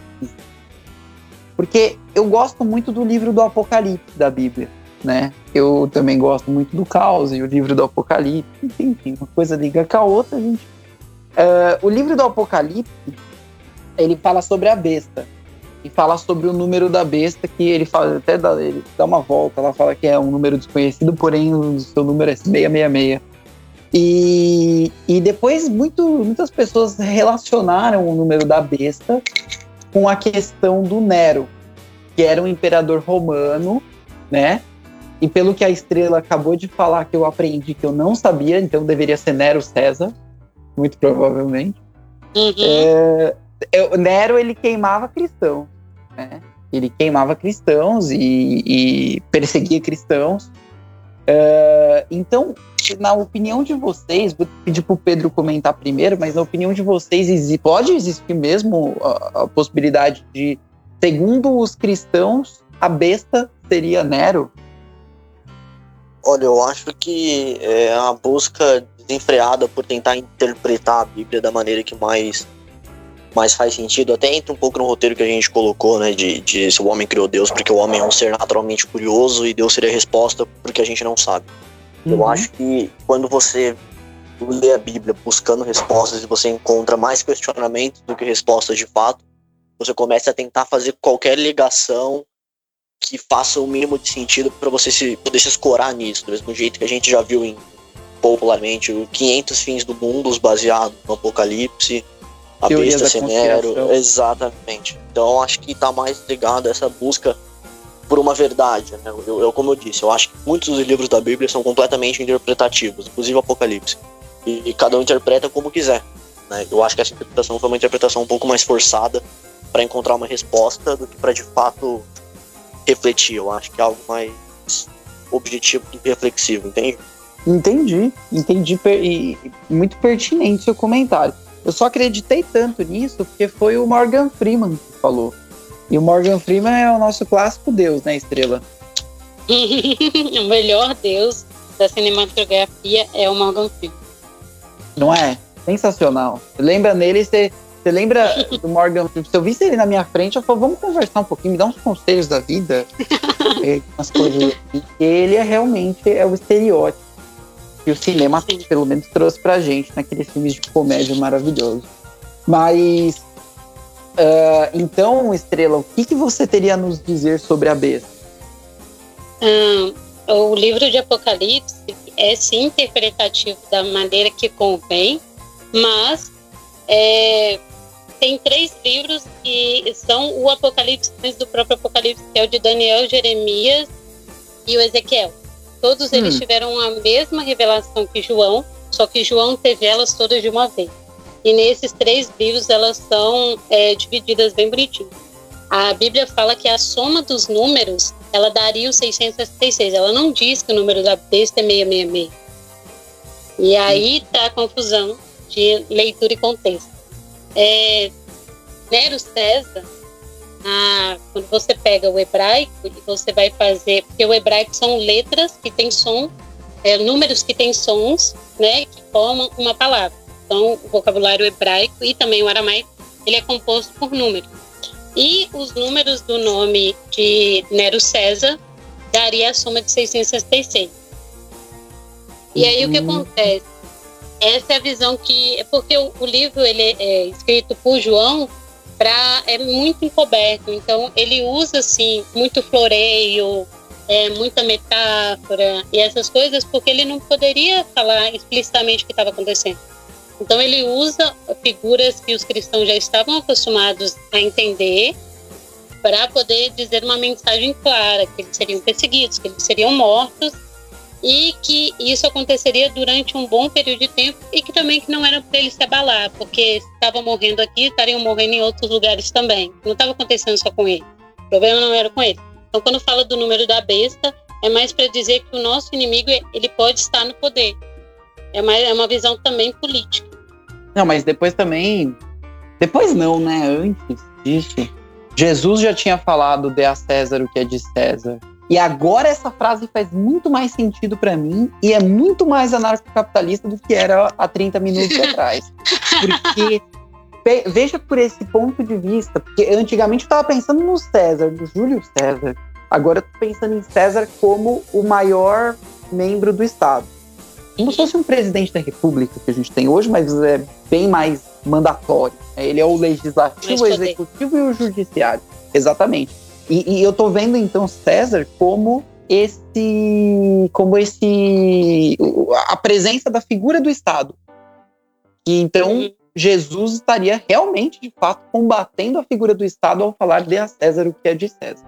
Porque eu gosto muito do livro do Apocalipse da Bíblia, né? Eu também gosto muito do Caos e o livro do Apocalipse. Enfim, uma coisa liga com a outra, gente. Uh, o livro do Apocalipse, ele fala sobre a besta. E fala sobre o número da besta, que ele fala, até dá, ele dá uma volta, ela fala que é um número desconhecido, porém o seu número é seiscentos e sessenta e seis. E, e depois muito, muitas pessoas relacionaram o número da besta com a questão do Nero, que era um imperador romano, né? E pelo que a Estrela acabou de falar, que eu aprendi que eu não sabia, então deveria ser Nero César, muito provavelmente. Uhum. É, é, Nero, ele queimava cristãos, né? Ele queimava cristãos e, e perseguia cristãos. É, então, na opinião de vocês, vou pedir para o Pedro comentar primeiro, mas na opinião de vocês, pode existir mesmo a, a possibilidade de, segundo os cristãos, a besta seria Nero? Olha, eu acho que é a busca desenfreada por tentar interpretar a Bíblia da maneira que mais, mais faz sentido, até entra um pouco no roteiro que a gente colocou, né, de, de se o homem criou Deus, porque o homem é um ser naturalmente curioso e Deus seria a resposta porque a gente não sabe. Uhum. Eu acho que quando você lê a Bíblia buscando respostas e você encontra mais questionamentos do que respostas de fato, você começa a tentar fazer qualquer ligação que faça o mínimo de sentido para você se, poder se escorar nisso, do mesmo jeito que a gente já viu em, popularmente, o quinhentos Fins do Mundo, baseado no Apocalipse, a Teoria besta Nero, exatamente. Então acho que está mais ligado a essa busca por uma verdade, né? Eu, eu, como eu disse, eu acho que muitos dos livros da Bíblia são completamente interpretativos, inclusive o Apocalipse, e, e cada um interpreta como quiser, né? Eu acho que essa interpretação foi uma interpretação um pouco mais forçada para encontrar uma resposta do que para de fato refletir. Eu acho que é algo mais objetivo do que reflexivo, entende? Entendi, entendi, per- e muito pertinente seu comentário. Eu só acreditei tanto nisso porque foi o Morgan Freeman que falou. E o Morgan Freeman é o nosso clássico deus, né, Estrela? O melhor deus da cinematografia é o Morgan Freeman. Não é? Sensacional. Você lembra nele, você, você lembra do Morgan Freeman? Se eu visse ele na minha frente, eu falo, vamos conversar um pouquinho, me dá uns conselhos da vida. É, umas coisas assim. Ele é realmente é o estereótipo que o cinema, Sim. pelo menos, trouxe pra gente naqueles filmes de comédia maravilhosos. Mas, uh, então, Estrela, o que, que você teria a nos dizer sobre a besta? Hum, o livro de Apocalipse é sim interpretativo da maneira que convém, mas é, tem três livros que são o Apocalipse do próprio Apocalipse, que é o de Daniel, Jeremias e o Ezequiel. Todos hum. eles tiveram a mesma revelação que João, só que João teve elas todas de uma vez. E nesses três livros elas são é, divididas bem bonitinho. A Bíblia fala que a soma dos números, ela daria o seiscentos e sessenta e seis. Ela não diz que o número da besta é seiscentos e sessenta e seis. E aí tá a confusão de leitura e contexto. É, Nero César, ah, quando você pega o hebraico e você vai fazer... Porque o hebraico são letras que têm som, é, números que têm sons, né, que formam uma palavra. Então, o vocabulário hebraico e também o aramaico, ele é composto por números. E os números do nome de Nero César daria a soma de seiscentos e sessenta e seis. E aí uhum. o que acontece? Essa é a visão que... É porque o, o livro ele é, é escrito por João, pra, é muito encoberto. Então ele usa assim, muito floreio, é, muita metáfora e essas coisas, porque ele não poderia falar explicitamente o que estava acontecendo. Então ele usa figuras que os cristãos já estavam acostumados a entender para poder dizer uma mensagem clara, que eles seriam perseguidos, que eles seriam mortos e que isso aconteceria durante um bom período de tempo e que também que não era para eles se abalar, porque se estavam morrendo aqui, estariam morrendo em outros lugares também. Não estava acontecendo só com ele. O problema não era com ele. Então quando fala do número da besta, é mais para dizer que o nosso inimigo ele pode estar no poder. É uma, é uma visão também política. Não, mas depois também... Depois não, né? Antes disso, Jesus já tinha falado dê a César o que é de César. E agora essa frase faz muito mais sentido pra mim e é muito mais anarcocapitalista do que era há trinta minutos atrás. Porque, veja por esse ponto de vista, porque antigamente eu tava pensando no César, no Júlio César. Agora eu tô pensando em César como o maior membro do Estado. Como se fosse um presidente da República que a gente tem hoje, mas é bem mais mandatório. Ele é o legislativo, o executivo e o judiciário. Exatamente. E, e eu tô vendo, então, César como esse... como esse... a presença da figura do Estado. E, então, uhum. Jesus estaria realmente, de fato, combatendo a figura do Estado ao falar de a César o que é de César.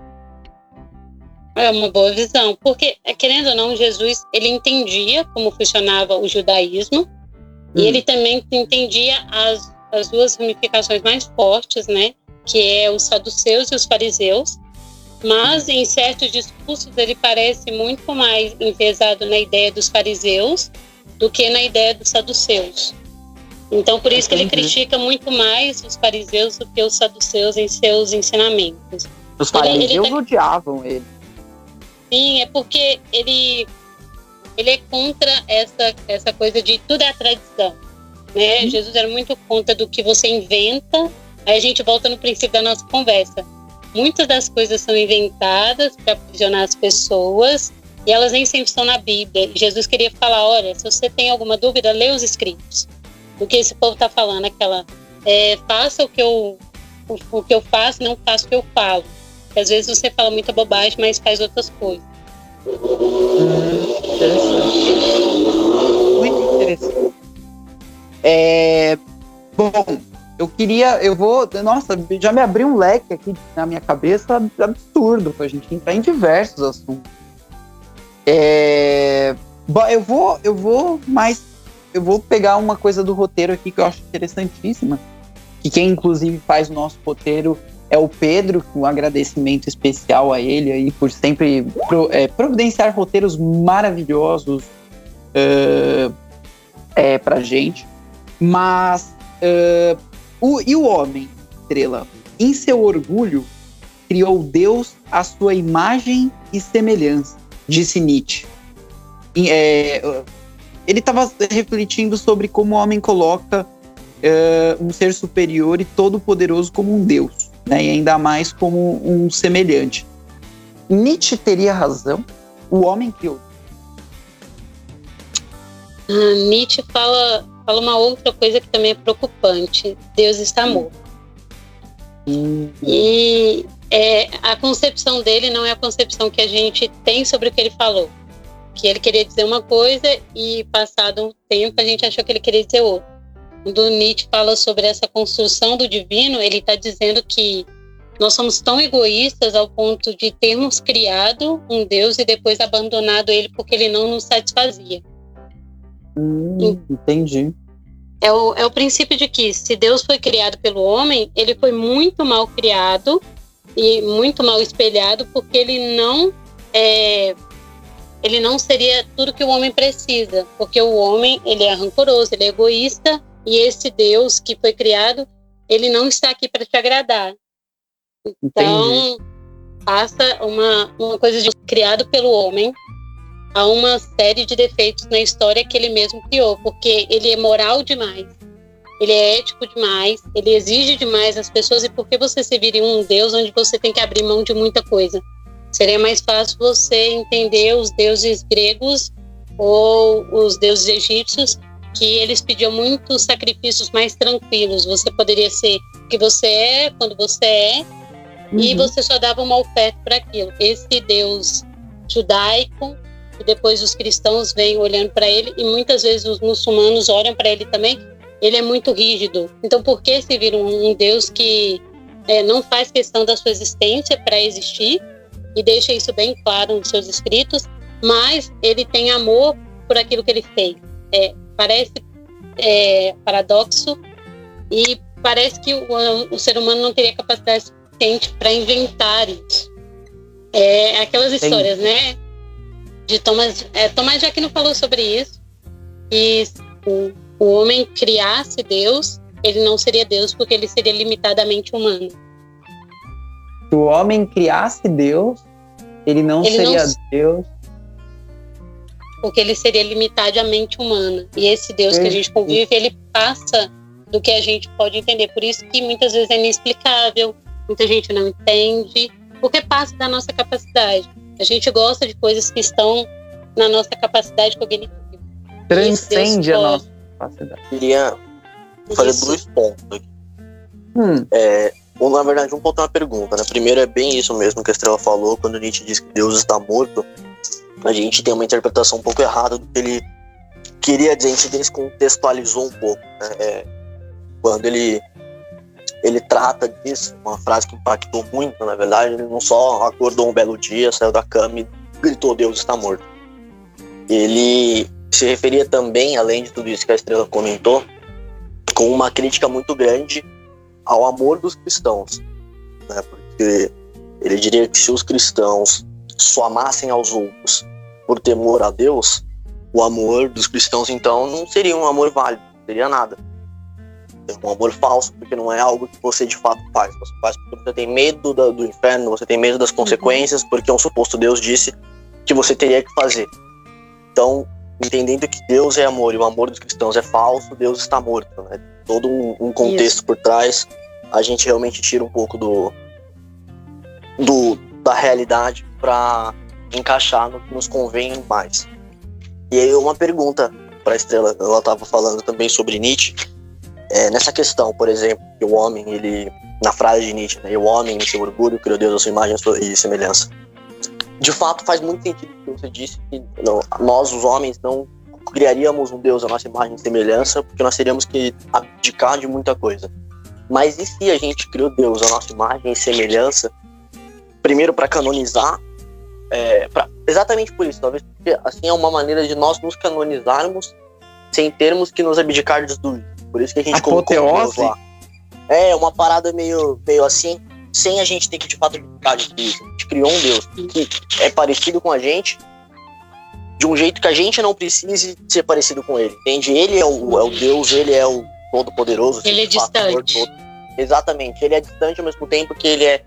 É uma boa visão, porque, querendo ou não, Jesus, ele entendia como funcionava o judaísmo, hum. e ele também entendia as, as duas ramificações mais fortes, né, que é os saduceus e os fariseus, mas em certos discursos ele parece muito mais enviesado na ideia dos fariseus do que na ideia dos saduceus. Então, por isso que ele critica muito mais os fariseus do que os saduceus em seus ensinamentos. Os fariseus ele, ele tá... odiavam ele. Sim, é porque ele, ele é contra essa, essa coisa de tudo é a tradição, né? Hum. Jesus era muito contra do que você inventa. Aí a gente volta no princípio da nossa conversa. Muitas das coisas são inventadas para aprisionar as pessoas e elas nem sempre estão na Bíblia. Jesus queria falar, olha, se você tem alguma dúvida, lê os escritos. Do que esse povo está falando, aquela, é, faça o que, eu, o, o que eu faço, não faça o que eu falo. Porque às vezes você fala muita bobagem, mas faz outras coisas. Hum, interessante. Muito interessante. É, bom, eu queria, eu vou, nossa, já me abriu um leque aqui na minha cabeça absurdo pra gente entrar em diversos assuntos. É, bom, eu vou, eu vou mais, eu vou pegar uma coisa do roteiro aqui que eu acho interessantíssima, que quem inclusive faz o nosso roteiro é o Pedro, um agradecimento especial a ele aí por sempre pro, é, providenciar roteiros maravilhosos uh, é, pra gente. Mas uh, o, e o homem, Estrela, em seu orgulho, criou Deus à sua imagem e semelhança, disse Nietzsche. E, é, ele estava refletindo sobre como o homem coloca é, um ser superior e todo-poderoso como um Deus, né, e ainda mais como um semelhante. Nietzsche teria razão? O homem criou. Ah, Nietzsche fala, fala uma outra coisa que também é preocupante. Deus está morto. Hum. E é, a concepção dele não é a concepção que a gente tem sobre o que ele falou. Que ele queria dizer uma coisa e passado um tempo a gente achou que ele queria dizer outra. Quando Nietzsche fala sobre essa construção do divino, ele está dizendo que nós somos tão egoístas ao ponto de termos criado um Deus e depois abandonado ele porque ele não nos satisfazia. Hum, entendi. É o, é o princípio de que se Deus foi criado pelo homem, ele foi muito mal criado e muito mal espelhado, porque ele não é, ele não seria tudo que o homem precisa, porque o homem ele é rancoroso, ele é egoísta, e esse Deus que foi criado, ele não está aqui para te agradar. Então, entendi. Passa uma, uma coisa de criado pelo homem a uma série de defeitos na história que ele mesmo criou, porque ele é moral demais, ele é ético demais, ele exige demais as pessoas. E por que você serviria um Deus onde você tem que abrir mão de muita coisa? Seria mais fácil você entender os deuses gregos ou os deuses egípcios, que eles pediam muitos sacrifícios mais tranquilos. Você poderia ser o que você é, quando você é, uhum. E você só dava uma oferta para aquilo. Esse Deus judaico, e depois os cristãos vêm olhando para ele, e muitas vezes os muçulmanos olham para ele também, ele é muito rígido. Então por que servir um, um Deus que é, não faz questão da sua existência para existir, e deixa isso bem claro nos seus escritos, mas ele tem amor por aquilo que ele fez? É, parece é, paradoxo, e parece que o, o ser humano não teria capacidade suficiente para inventar isso. É, aquelas histórias, Sim. né? De Thomas, é, Thomas de Aquino falou sobre isso, que o, o homem criasse Deus, ele não seria Deus, porque ele seria limitadamente humano. Se o homem criasse Deus, ele não ele seria não, Deus. Porque ele seria limitadamente humano. E esse Deus que a gente convive, ele passa do que a gente pode entender. Por isso que muitas vezes é inexplicável, muita gente não entende, porque passa da nossa capacidade. A gente gosta de coisas que estão na nossa capacidade cognitiva. Transcende a nossa capacidade. Queria fazer isso. dois pontos aqui. Hum. É, ou, na verdade, um ponto é uma pergunta, né? Primeiro, é bem isso mesmo que a Estrela falou, quando Nietzsche diz que Deus está morto, a gente tem uma interpretação um pouco errada do que ele queria dizer. A gente descontextualizou um pouco, né? É, quando ele ele trata disso, uma frase que impactou muito, na verdade. Ele não só acordou um belo dia, saiu da cama e gritou: Deus está morto. Ele se referia também, além de tudo isso que a Estrela comentou, com uma crítica muito grande ao amor dos cristãos, né? Porque ele diria que se os cristãos só amassem aos outros por temor a Deus, o amor dos cristãos então não seria um amor válido, não seria nada. É um amor falso, porque não é algo que você de fato faz. Você faz porque você tem medo do, do inferno, você tem medo das consequências, porque um suposto Deus disse que você teria que fazer. Então, entendendo que Deus é amor e o amor dos cristãos é falso, Deus está morto, né? Todo um, um contexto Isso. por trás, a gente realmente tira um pouco do, do da realidade para encaixar no que nos convém mais. E aí uma pergunta para a Estrela, ela estava falando também sobre Nietzsche. É, nessa questão, por exemplo, que o homem, ele, na frase de Nietzsche, né, o homem, em seu orgulho, criou Deus à sua imagem e semelhança. De fato, faz muito sentido o que você disse, que não, nós, os homens, não criaríamos um Deus à nossa imagem e semelhança, porque nós teríamos que abdicar de muita coisa. Mas e se a gente criou Deus à nossa imagem e semelhança, primeiro para canonizar, é, pra, exatamente por isso, talvez porque assim é uma maneira de nós nos canonizarmos sem termos que nos abdicar de tudo. Por isso que a gente colocou Deus lá. É uma parada meio, meio assim, sem a gente ter que de fato abdicar de tudo isso. A gente criou um Deus que é parecido com a gente, de um jeito que a gente não precise ser parecido com ele, entende? Ele é o, é o Deus, ele é o Todo-Poderoso. Ele é distante. Todo. Exatamente, ele é distante ao mesmo tempo que ele é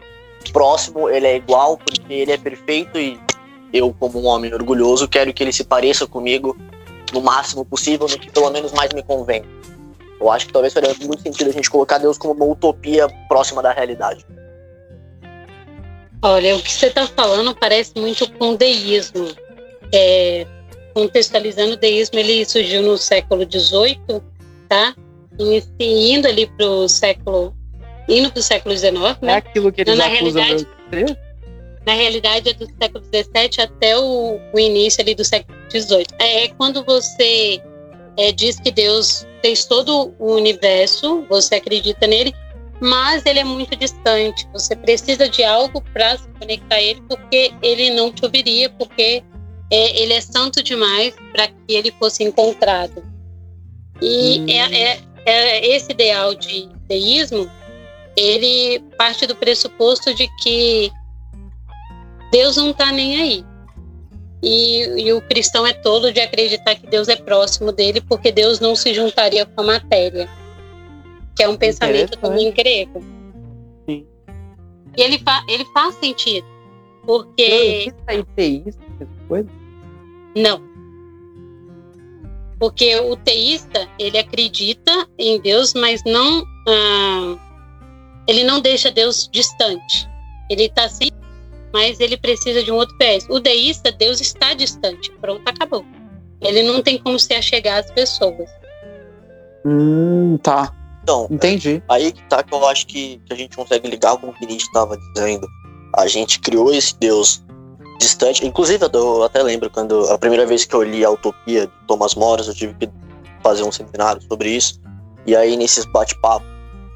próximo, ele é igual porque ele é perfeito e eu, como um homem orgulhoso, quero que ele se pareça comigo no máximo possível, no que pelo menos mais me convém. Eu acho que talvez faria muito sentido a gente colocar Deus como uma utopia próxima da realidade. Olha, o que você está falando parece muito com o deísmo. É, contextualizando, o deísmo ele surgiu no século dezoito, tá? E indo ali para o século, indo para o século dezenove, né? É aquilo que eles na acusam realidade, de... Na realidade é do século dezessete até o, o início ali do século dezoito. É, é quando você é, diz que Deus fez todo o universo, você acredita nele, mas ele é muito distante. Você precisa de algo para se conectar a ele, porque ele não te ouviria, porque é, ele é santo demais para que ele fosse encontrado. E hum. é, é, é esse ideal de deísmo, ele parte do pressuposto de que Deus não está nem aí. E, e o cristão é tolo de acreditar que Deus é próximo dele, porque Deus não se juntaria com a matéria. Que é um pensamento também grego. Sim. E ele, fa- ele faz sentido. Porque... Não, isso teísta, coisa? Não. Porque o teísta, ele acredita em Deus, mas não... Ah, ele não deixa Deus distante. Ele está sempre... Mas ele precisa de um outro pés. O deísta, Deus está distante. Pronto, acabou. Ele não tem como se achegar às pessoas. Hum, tá. Então, entendi. É, aí que tá que eu acho que, que a gente consegue ligar com o que Nietzsche estava dizendo. A gente criou esse Deus distante. Inclusive, eu até lembro quando a primeira vez que eu li a Utopia de Thomas Morris, eu tive que fazer um seminário sobre isso. E aí, nesses bate-papos,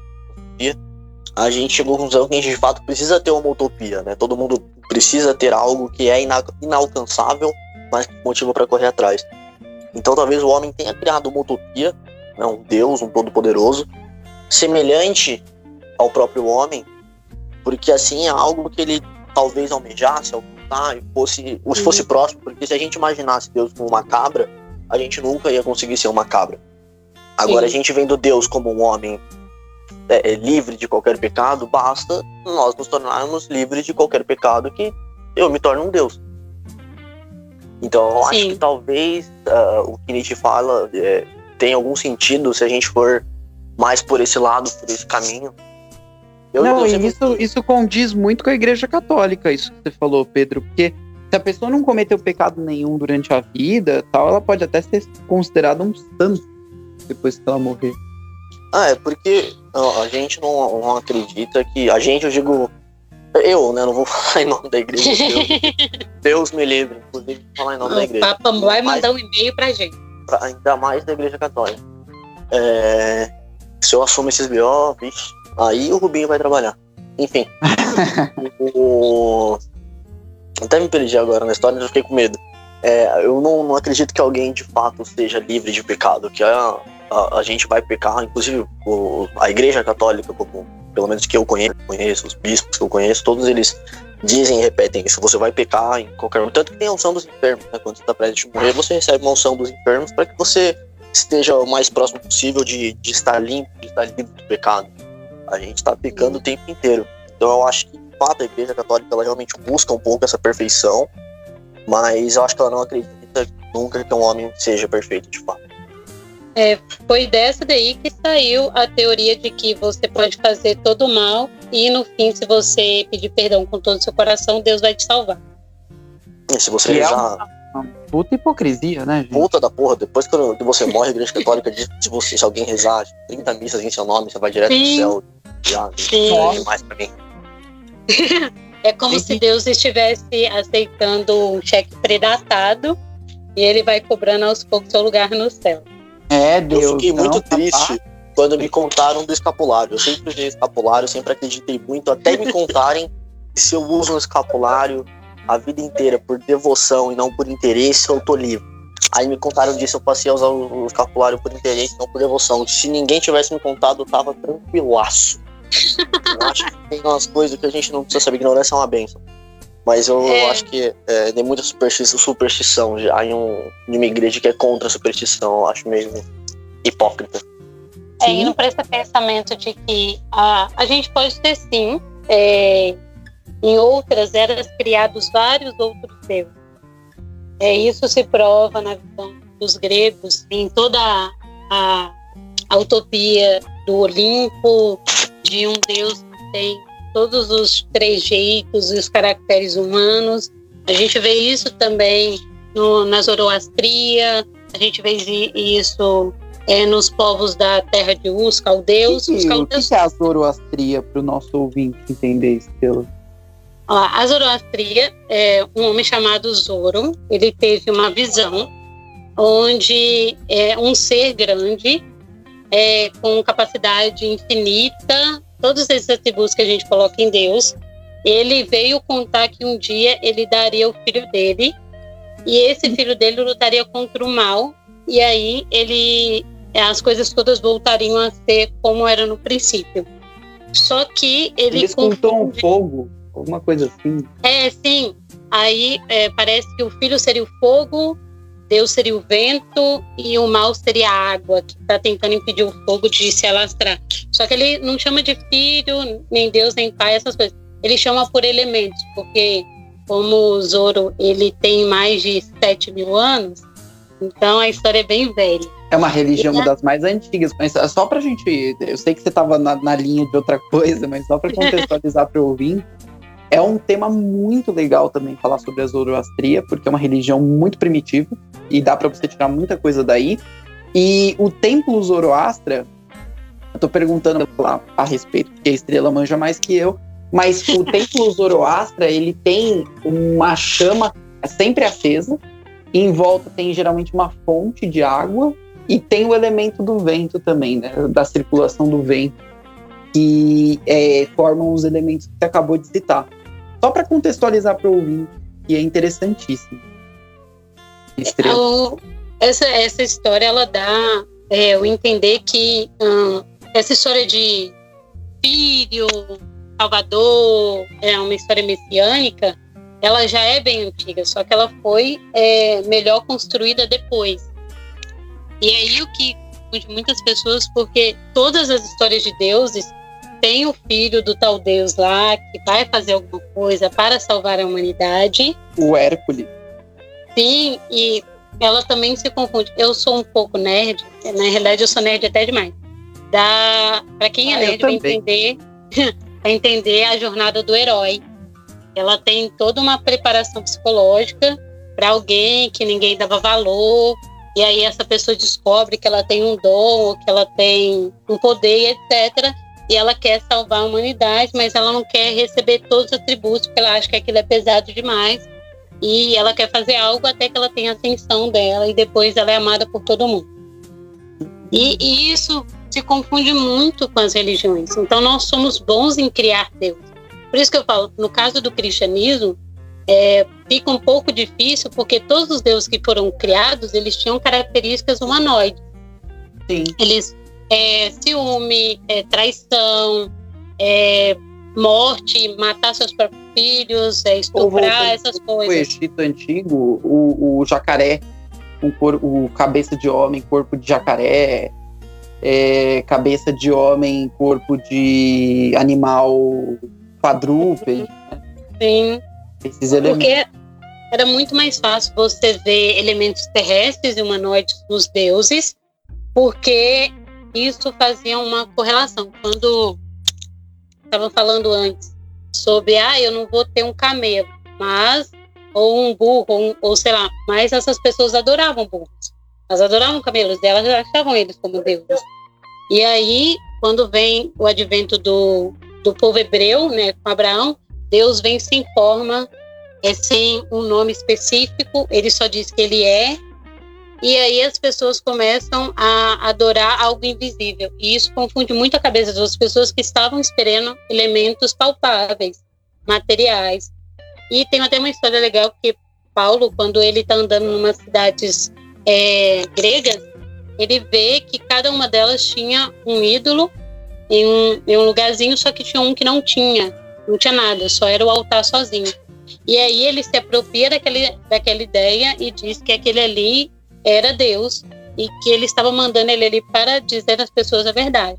a gente chegou à conclusão que a gente de fato precisa ter uma utopia, né? Todo mundo precisa ter algo que é ina- inalcançável, mas que motiva para correr atrás. Então talvez o homem tenha criado uma utopia, né? Um Deus, um todo-poderoso, semelhante ao próprio homem, porque assim é algo que ele talvez almejasse, alcançar e fosse, ou fosse próximo, porque se a gente imaginasse Deus como uma cabra, a gente nunca ia conseguir ser uma cabra. Agora, Sim. a gente vendo Deus como um homem É, é, livre de qualquer pecado, basta nós nos tornarmos livres de qualquer pecado que eu me torne um Deus. Então eu Sim. acho que talvez uh, o que Nietzsche fala é, tem algum sentido se a gente for mais por esse lado, por esse caminho. Eu, não, eu e sempre... isso, isso condiz muito com a Igreja Católica, isso que você falou, Pedro, porque se a pessoa não cometeu pecado nenhum durante a vida, tal, ela pode até ser considerada um santo depois que ela morrer. Ah, é porque ó, a gente não, não acredita que... A gente, eu digo... Eu, né? Não vou falar em nome da igreja. Deus, Deus me livre, inclusive, de falar em nome o da igreja. O Papa vai mandar um e-mail pra gente. Pra, ainda mais da Igreja Católica. É, se eu assumo esses B O, vixe, aí o Rubinho vai trabalhar. Enfim. o, até me perdi agora na história, eu fiquei com medo. É, eu não, não acredito que alguém, de fato, seja livre de pecado, que a... A, a gente vai pecar, inclusive o, a Igreja Católica, como, pelo menos que eu conheço, conheço, os bispos que eu conheço, todos eles dizem e repetem isso, você vai pecar em qualquer momento, tanto que tem a unção dos enfermos, né? Quando você está prestes a morrer, você recebe uma unção dos enfermos para que você esteja o mais próximo possível de, de estar limpo, de estar livre do pecado. A gente está pecando o tempo inteiro. Então eu acho que, de fato, a Igreja Católica ela realmente busca um pouco essa perfeição, mas eu acho que ela não acredita nunca que um homem seja perfeito, de fato. É, foi dessa daí que saiu a teoria de que você pode fazer todo o mal e no fim, se você pedir perdão com todo o seu coração, Deus vai te salvar. E se você que rezar... É uma, uma puta hipocrisia, né, gente? Puta da porra, depois que você morre, a Igreja Católica diz que se, você, se alguém rezar trinta missas em seu nome, você vai direto Sim. pro céu. Já, Sim. Não é demais pra mim. É como Sim. se Deus estivesse aceitando um cheque predatado e ele vai cobrando aos poucos seu lugar no céu. É, Deus. Eu fiquei não, muito papá. triste quando me contaram do escapulário. Eu sempre usei escapulário, sempre acreditei muito, até me contarem que se eu uso um escapulário a vida inteira por devoção e não por interesse, eu tô livre. Aí me contaram disso, eu passei a usar o escapulário por interesse e não por devoção. Se ninguém tivesse me contado, eu tava tranquilaço. Eu acho que tem umas coisas que a gente não precisa saber, ignorância é uma bênção. Mas eu é. acho que é, tem muita superstição, superstição já em, um, em uma igreja que é contra a superstição. Eu acho meio hipócrita. É, e não para esse pensamento de que a, a gente pode ter sim é, em outras eras criados vários outros deuses. É, isso se prova na visão dos gregos, em toda a, a, a utopia do Olimpo, de um deus que tem todos os trejeitos e os caracteres humanos. A gente vê isso também no, na Zoroastria, a gente vê isso é, nos povos da terra de Uz, caldeus. Que, os caldeus... O que é a Zoroastria, para o nosso ouvinte entender, Estrela? A Zoroastria é um homem chamado Zoro. Ele teve uma visão onde é um ser grande, é, com capacidade infinita, todos esses atributos que a gente coloca em Deus. Ele veio contar que um dia ele daria o filho dele, e esse filho dele lutaria contra o mal, e aí ele, as coisas todas voltariam a ser como era no princípio. Só que ele... Eles contam fogo, alguma coisa assim. É, sim. Aí é, parece que o filho seria o fogo, Deus seria o vento e o mal seria a água, que está tentando impedir o fogo de se alastrar. Só que ele não chama de filho, nem Deus, nem pai, essas coisas. Ele chama por elementos, porque como o Zoro ele tem mais de sete mil anos, então a história é bem velha. É uma religião uma das mais antigas, mas só pra gente... Eu sei que você estava na, na linha de outra coisa, mas só para contextualizar para o ouvinte, é um tema muito legal também falar sobre a Zoroastria, porque é uma religião muito primitiva e dá para você tirar muita coisa daí. E o templo Zoroastra, eu tô perguntando lá a respeito, porque a Estrela manja mais que eu, mas o templo Zoroastra, ele tem uma chama sempre acesa, e em volta tem geralmente uma fonte de água, e tem o elemento do vento também, né, da circulação do vento, que é, formam os elementos que você acabou de citar. Só para contextualizar para o ouvinte, que é interessantíssimo. Então, essa, essa história, ela dá é, o entender que hum, essa história de filho, salvador, é uma história messiânica, ela já é bem antiga, só que ela foi é, melhor construída depois. E aí o que confunde muitas pessoas, porque todas as histórias de deuses tem o filho do tal Deus lá que vai fazer alguma coisa para salvar a humanidade. O Hércules. Sim, e ela também se confunde. Eu sou um pouco nerd, na realidade eu sou nerd até demais. Dá, para quem é ah, nerd vai entender, vai entender a jornada do herói. Ela tem toda uma preparação psicológica para alguém que ninguém dava valor, e aí essa pessoa descobre que ela tem um dom, ou que ela tem um poder, etcétera, e ela quer salvar a humanidade, mas ela não quer receber todos os atributos, porque ela acha que aquilo é pesado demais, e ela quer fazer algo até que ela tenha a ascensão dela, e depois ela é amada por todo mundo. E, e isso se confunde muito com as religiões. Então nós somos bons em criar Deus. Por isso que eu falo, no caso do cristianismo, é, fica um pouco difícil, porque todos os deuses que foram criados, eles tinham características humanoides. Sim. Eles É, ciúme, é, traição, é, morte, matar seus próprios filhos, é, estuprar, essas coisas. O Egito antigo, o, o jacaré, o, cor, o cabeça de homem, corpo de jacaré, é, cabeça de homem, corpo de animal quadrúpede. Né? Sim, esses elementos. Porque era muito mais fácil você ver elementos terrestres e humanoides nos deuses, porque isso fazia uma correlação. Quando estavam falando antes sobre, ah, eu não vou ter um camelo, mas, ou um burro, ou, um, ou sei lá, mas essas pessoas adoravam burros. Elas adoravam camelos delas, achavam eles como deuses. E aí, quando vem o advento do, do povo hebreu, né, com Abraão, Deus vem sem forma, é sem um nome específico, ele só diz que ele é. E aí as pessoas começam a adorar algo invisível. E isso confunde muito a cabeça das pessoas que estavam esperando elementos palpáveis, materiais. E tem até uma história legal que Paulo, quando ele está andando em umas cidades é, gregas, ele vê que cada uma delas tinha um ídolo em um, em um lugarzinho, só que tinha um que não tinha, não tinha nada, só era o altar sozinho. E aí ele se apropria daquele, daquela ideia e diz que aquele ali era Deus e que ele estava mandando ele ali para dizer às pessoas a verdade.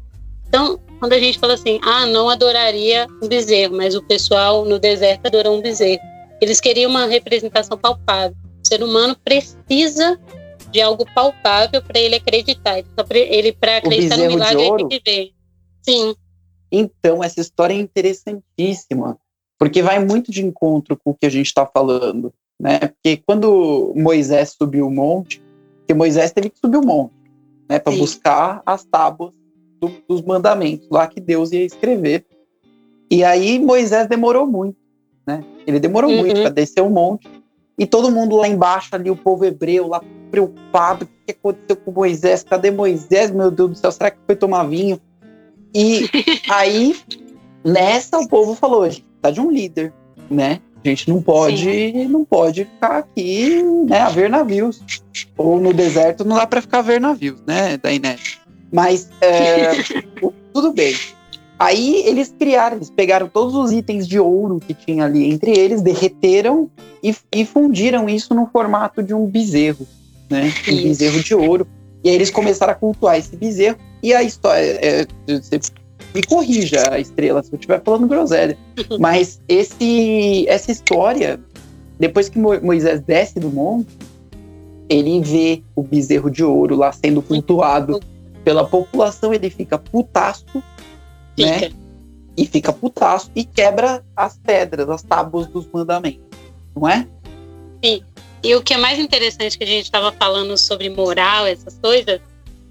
Então, quando a gente fala assim, ah, não adoraria um bezerro, mas o pessoal no deserto adorou um bezerro. Eles queriam uma representação palpável. O ser humano precisa de algo palpável para ele acreditar. Ele, para acreditar no milagre, ele tem que ver. Sim. Então, essa história é interessantíssima, porque vai muito de encontro com o que a gente está falando, né? Porque quando Moisés subiu o monte, porque Moisés teve que subir o monte, né, para buscar as tábuas do, dos mandamentos lá que Deus ia escrever. E aí Moisés demorou muito, né? Ele demorou uhum. muito para descer o monte. E todo mundo lá embaixo, ali, o povo hebreu, lá preocupado, o que aconteceu com Moisés? Cadê Moisés? Meu Deus do céu, será que foi tomar vinho? E aí, nessa, o povo falou, a gente precisa de um líder, né? A gente não pode, não pode ficar aqui, né, a ver navios. Ou no deserto não dá para ficar a ver navios, né, da Inés. Mas, é, tudo bem. Aí eles criaram, eles pegaram todos os itens de ouro que tinha ali entre eles, derreteram e, e fundiram isso no formato de um bezerro, né? Um isso. bezerro de ouro. E aí eles começaram a cultuar esse bezerro. E a história, é, você me corrija, a Estrela, se eu estiver falando groselha. Mas esse, essa história, depois que Moisés desce do monte, ele vê o bezerro de ouro lá sendo cultuado pela população, ele fica putaço, né? E fica putaço e quebra as pedras, as tábuas dos mandamentos, não é? Sim. E o que é mais interessante que a gente estava falando sobre moral, essas coisas,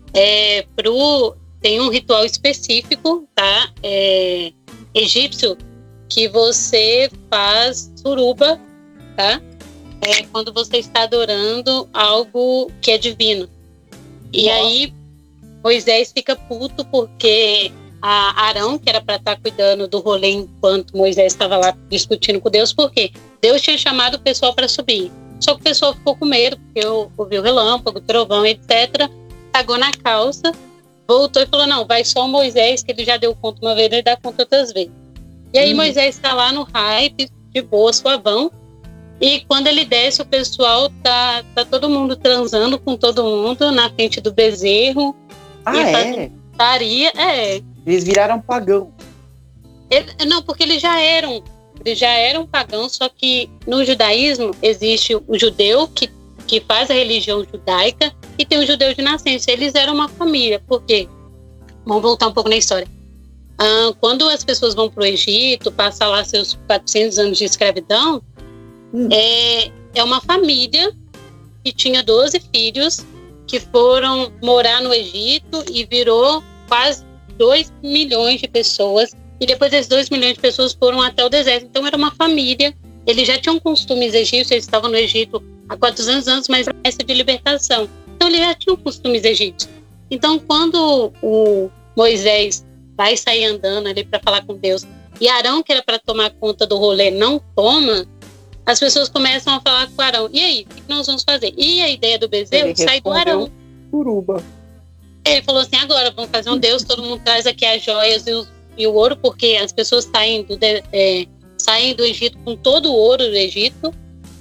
é pro tem um ritual específico, tá? É, egípcio, que você faz suruba, tá? É quando você está adorando algo que é divino. E Nossa. Aí Moisés fica puto porque a Arão, que era para estar cuidando do rolê enquanto Moisés estava lá discutindo com Deus, porque Deus tinha chamado o pessoal para subir. Só que o pessoal ficou com medo, porque ouviu relâmpago, trovão, etcétera. Cagou na calça, voltou e falou, não, vai só o Moisés, que ele já deu conta uma vez, ele dá conta outras vezes. E aí hum. Moisés está lá no hype, de boa, suavão, e quando ele desce, o pessoal tá, tá todo mundo transando com todo mundo na frente do bezerro. Ah, e é? Taria, é. Eles viraram pagão. Ele, não, porque eles já eram, eles já eram pagãos, só que no judaísmo existe o judeu que, que faz a religião judaica e tem o judeu de nascença. Eles eram uma família. Por quê? Vamos voltar um pouco na história. Ah, quando as pessoas vão para o Egito, passar lá seus quatrocentos anos de escravidão, hum. é, é uma família que tinha doze filhos que foram morar no Egito e virou quase dois milhões de pessoas. E depois esses dois milhões de pessoas foram até o deserto. Então era uma família. Eles já tinham costumes egípcios, eles estavam no Egito há quatrocentos anos, mas essa de libertação. Então eles já tinham costumes egípcios. Então quando o Moisés vai sair andando ali para falar com Deus e Arão, que era para tomar conta do rolê, não toma, as pessoas começam a falar com Arão. E aí, o que nós vamos fazer? E a ideia do bezerro sai do Arão. Suruba. Ele falou assim, agora vamos fazer um Deus, todo mundo traz aqui as joias e, os, e o ouro, porque as pessoas saem do, de, é, saem do Egito com todo o ouro do Egito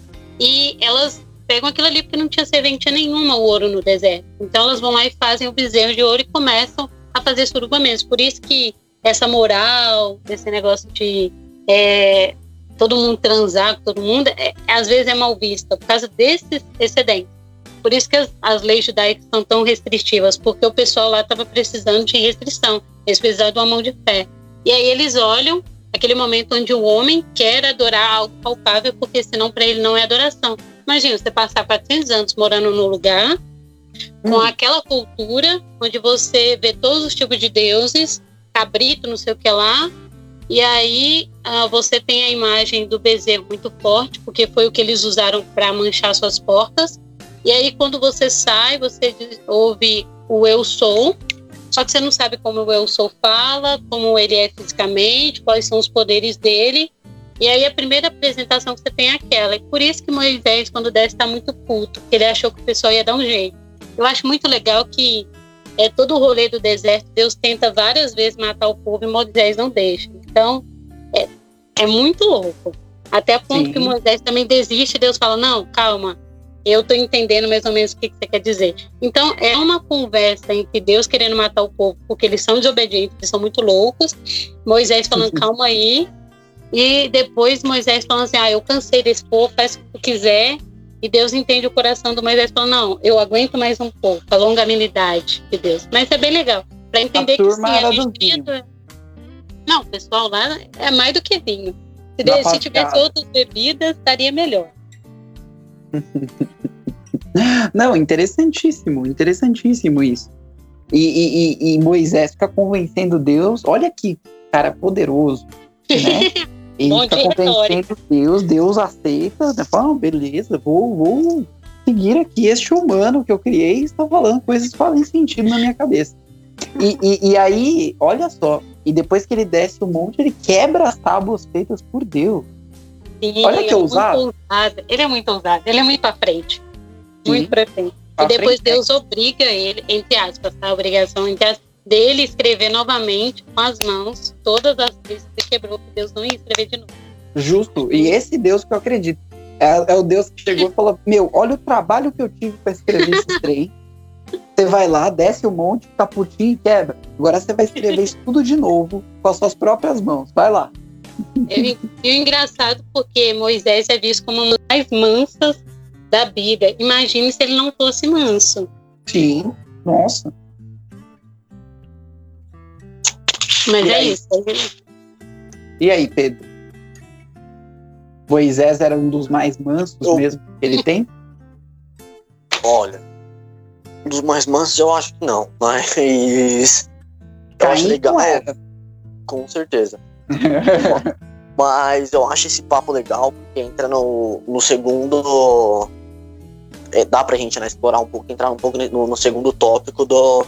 e elas pegam aquilo ali porque não tinha serventia nenhuma o ouro no deserto. Então elas vão lá e fazem o bezerro de ouro e começam a fazer suruba mesmo. Por isso que essa moral, esse negócio de é, todo mundo transar com todo mundo, é, às vezes é mal vista por causa desses excedentes. Por isso que as, as leis judaicas são tão restritivas, porque o pessoal lá estava precisando de restrição, eles precisavam de uma mão de fé. E aí eles olham aquele momento onde o homem quer adorar algo palpável, porque senão para ele não é adoração. Imagina, você passar quatrocentos anos morando num lugar hum. com aquela cultura, onde você vê todos os tipos de deuses, cabrito, não sei o que lá, e aí uh, você tem a imagem do bezerro muito forte, porque foi o que eles usaram para manchar suas portas. E aí quando você sai, você ouve o eu sou, só que você não sabe como o eu sou fala, como ele é fisicamente, quais são os poderes dele. E aí a primeira apresentação que você tem é aquela. E por isso que Moisés, quando desce, está muito puto, porque ele achou que o pessoal ia dar um jeito. Eu acho muito legal que é, todo o rolê do deserto, Deus tenta várias vezes matar o povo e Moisés não deixa. Então, é, é muito louco. Até a ponto Sim. que Moisés também desiste, Deus fala, não, calma, eu tô entendendo mais ou menos o que, que você quer dizer. Então, é uma conversa entre Deus querendo matar o povo, porque eles são desobedientes, eles são muito loucos. Moisés falando, calma aí. E depois Moisés falando assim, ah, eu cansei desse povo, faz o que tu quiser. E Deus entende o coração do Moisés, falando, não, eu aguento mais um pouco, a longanimidade de Deus. Mas é bem legal, para entender a que sim, era a do vida... Não, o pessoal lá é mais do que vinho. Se, de, se tivesse outras bebidas, estaria melhor. Não, interessantíssimo, interessantíssimo isso. E, e, e Moisés fica convencendo Deus, olha que cara poderoso, né? Ele Bom fica de convencendo retórica. Deus, Deus aceita, né? Fala, ah, beleza, vou, vou seguir aqui este humano que eu criei, está falando coisas que fazem sentido na minha cabeça. E, e, e aí, olha só, e depois que ele desce o monte, ele quebra as tábuas feitas por Deus. Sim, olha que é ousado. Muito ousado. Ele é muito ousado, ele é muito pra frente. Sim. Muito pra frente. Pra e depois frente, Deus obriga ele, entre aspas, tá? A obrigação entre aspas, dele escrever novamente com as mãos todas as vezes que ele quebrou, que Deus não ia escrever de novo. Justo. E esse Deus que eu acredito. É, é o Deus que chegou e falou, meu, olha o trabalho que eu tive pra escrever esses trem. Você vai lá, desce o monte, caputinho e quebra. Agora você vai escrever isso tudo de novo com as suas próprias mãos. Vai lá. E o engraçado porque Moisés é visto como uma das mais mansas da Bíblia. Imagine se ele não fosse manso. Sim. Nossa. Mas E é aí? isso. E aí, Pedro? Moisés era um dos mais mansos Eu- mesmo que ele tem? Olha, um dos mais mansos eu acho que não, mas eu acho Caim legal, não era. com certeza. Mas eu acho esse papo legal porque entra no, no segundo. É, dá pra gente, né, explorar um pouco, entrar um pouco no, no segundo tópico do,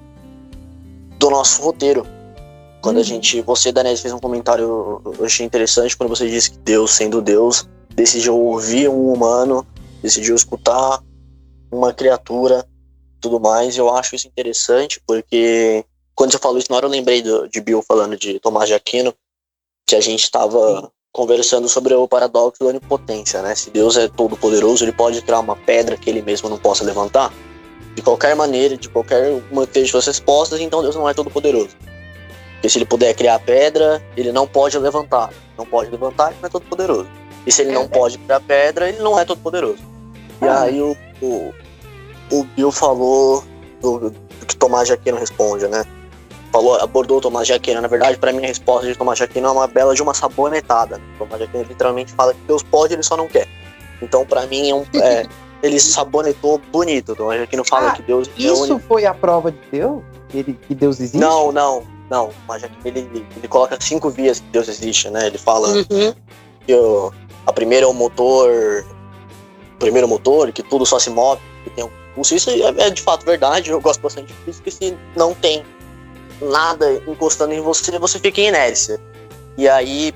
do nosso roteiro. Quando Uhum. a gente. Você, Danese, fez um comentário, eu achei interessante quando você disse que Deus, sendo Deus, decidiu ouvir um humano, decidiu escutar uma criatura, tudo mais. Eu acho isso interessante porque quando você falou isso, na hora eu lembrei do, de Bill falando de Tomás de Aquino, que a gente estava conversando sobre o paradoxo da onipotência, né? Se Deus é todo poderoso, ele pode criar uma pedra que ele mesmo não possa levantar? De qualquer maneira, de qualquer uma que seja suas respostas, então Deus não é todo poderoso. Porque se ele puder criar pedra, ele não pode levantar. Não pode levantar, ele não é todo poderoso. E se ele não pode criar pedra, ele não é todo poderoso. E Ah. aí o, o, o Bill falou do, do que Tomás de Aquino responde, né? Falou, abordou o Tomás de Aquino. Na verdade, para mim, a resposta de Tomás de Aquino é uma bela de uma sabonetada. Tomás de Aquino literalmente fala que Deus pode, ele só não quer. Então, para mim, é um, é, ele sabonetou bonito. Tomás de Aquino fala Ah, que Deus é Isso único. foi a prova de Deus? Ele, que Deus existe? Não, não, não. Tomás de Aquino, ele, ele coloca cinco vias que Deus existe, né? Ele fala Uhum. que o, a primeira é o motor, o primeiro motor, que tudo só se move, que tem um pulso. Isso é, é de fato verdade. Eu gosto bastante de física, que se não tem nada encostando em você, você fica em inércia. E aí.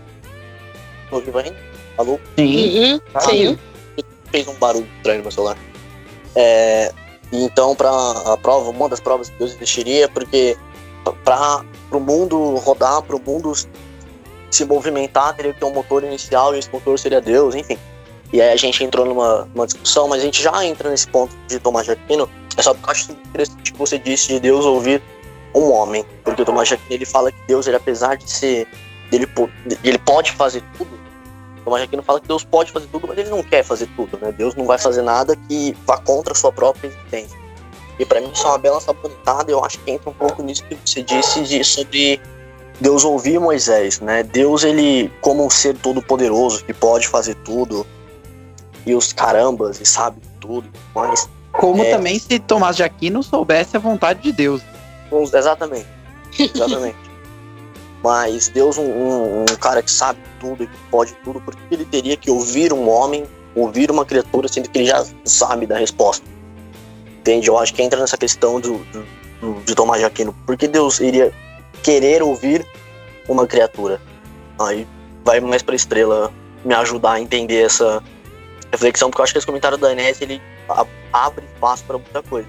Tô vivo ainda? Alô? Sim. Uhum. Tá Sim. vivo. Fez um barulho estranho no meu celular. É, e então, para a prova, uma das provas que Deus existiria, porque para o mundo rodar, para o mundo se movimentar, teria que ter um motor inicial e esse motor seria Deus, enfim. E aí a gente entrou numa, numa discussão, mas a gente já entra nesse ponto de Tomás de Aquino. É só porque eu acho interessante que você disse de Deus ouvir um homem, porque o Tomás de Aquino, ele fala que Deus, ele, apesar de ser, ele, ele pode fazer tudo. O Tomás de Aquino fala que Deus pode fazer tudo, mas ele não quer fazer tudo, né? Deus não vai fazer nada que vá contra a sua própria existência. E para mim isso é uma bela sabonetada. Eu acho que entra um pouco nisso que você disse de, sobre Deus ouvir Moisés, né? Deus, ele, como um ser todo poderoso que pode fazer tudo e os carambas e sabe tudo, mas Como É. também se Tomás de Aquino soubesse a vontade de Deus. exatamente, exatamente. Mas Deus, um, um, um cara que sabe tudo e que pode tudo, porque ele teria que ouvir um homem, ouvir uma criatura, sendo que ele já sabe da resposta? Entende? Eu acho que entra nessa questão do, do, do, de Tomás de Aquino. Por que Deus iria querer ouvir uma criatura? Aí vai mais pra Estrela me ajudar a entender essa reflexão, porque eu acho que esse comentário da Inés, ele a, abre espaço para muita coisa.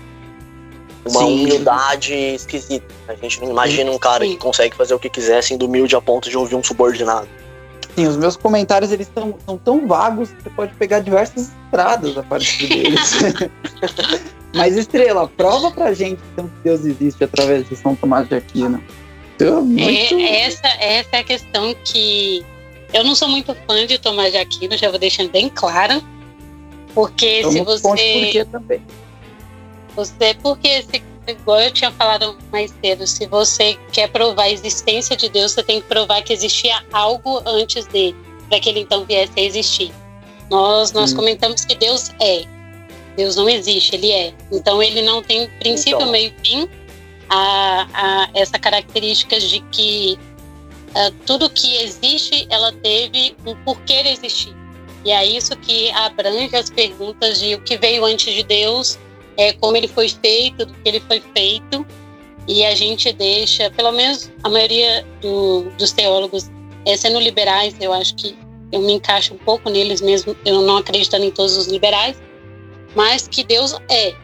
Uma Sim. humildade esquisita. A gente não imagina um cara Sim. que consegue fazer o que quiser, sendo humilde a ponto de ouvir um subordinado. Sim, os meus comentários eles tão, são tão vagos que você pode pegar diversas estradas a partir deles. Mas, Estrela, prova pra gente então, que Deus existe através de São Tomás de Aquino. Então, muito... é, essa, essa é a questão que eu não sou muito fã de Tomás de Aquino, já vou deixando bem claro. Porque então, se você. Por quê também. Você, porque, se, igual eu tinha falado mais cedo, se você quer provar a existência de Deus, você tem que provar que existia algo antes dele, para que ele então viesse a existir. Nós, nós hum. comentamos que Deus é. Deus não existe, ele é. Então ele não tem princípio, então. meio e fim. A, a essa característica de que a, tudo que existe, ela teve um porquê existir. E é isso que abrange as perguntas de o que veio antes de Deus, é, como ele foi feito, do que ele foi feito. E a gente deixa, pelo menos a maioria do, dos teólogos, é, sendo liberais, eu acho que eu me encaixo um pouco neles mesmo, eu não acreditando em todos os liberais, mas que Deus é.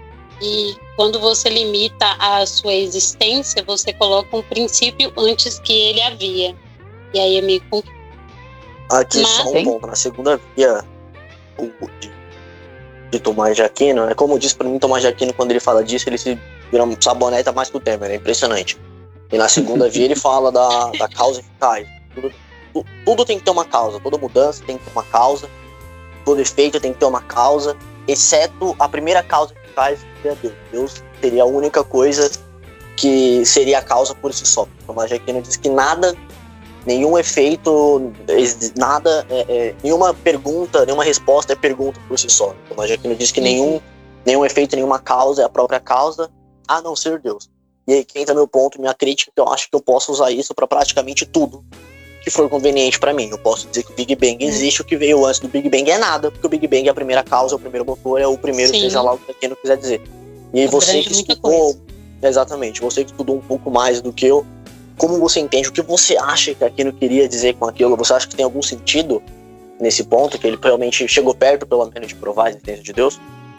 E quando você limita a sua existência, você coloca um princípio antes que ele havia. E aí é meio confuso. Aqui mas, só um hein? ponto, na segunda via de, de Tomás de Aquino, é como eu disse pra mim, Tomás de Aquino, quando ele fala disso, ele se vira um saboneta mais que o Temer, é impressionante. E na segunda via ele fala da, da causa eficaz. Tudo, tudo, tudo tem que ter uma causa, toda mudança tem que ter uma causa, todo efeito tem que ter uma causa, exceto a primeira causa eficaz, que é Deus. Deus seria a única coisa que seria a causa por si só. Tomás de Aquino diz que nada, nenhum efeito, nada, é, é, nenhuma pergunta, nenhuma resposta é pergunta por si só. Tomás de Aquino diz que nenhum, nenhum efeito, nenhuma causa é a própria causa, a não ser Deus. E aí que entra meu ponto, minha crítica, que eu acho que eu posso usar isso para praticamente tudo que for conveniente para mim. Eu posso dizer que o Big Bang existe, o que veio antes do Big Bang é nada, porque o Big Bang é a primeira causa, é o primeiro motor, é o primeiro, Sim. seja lá o que Aquino quiser dizer. E aí você que estudou, exatamente, você que estudou um pouco mais do que eu, como você entende, o que você acha que Aquino queria dizer com aquilo? Você acha que tem algum sentido nesse ponto, que ele realmente chegou perto, pelo menos, de provar a existência de Deus?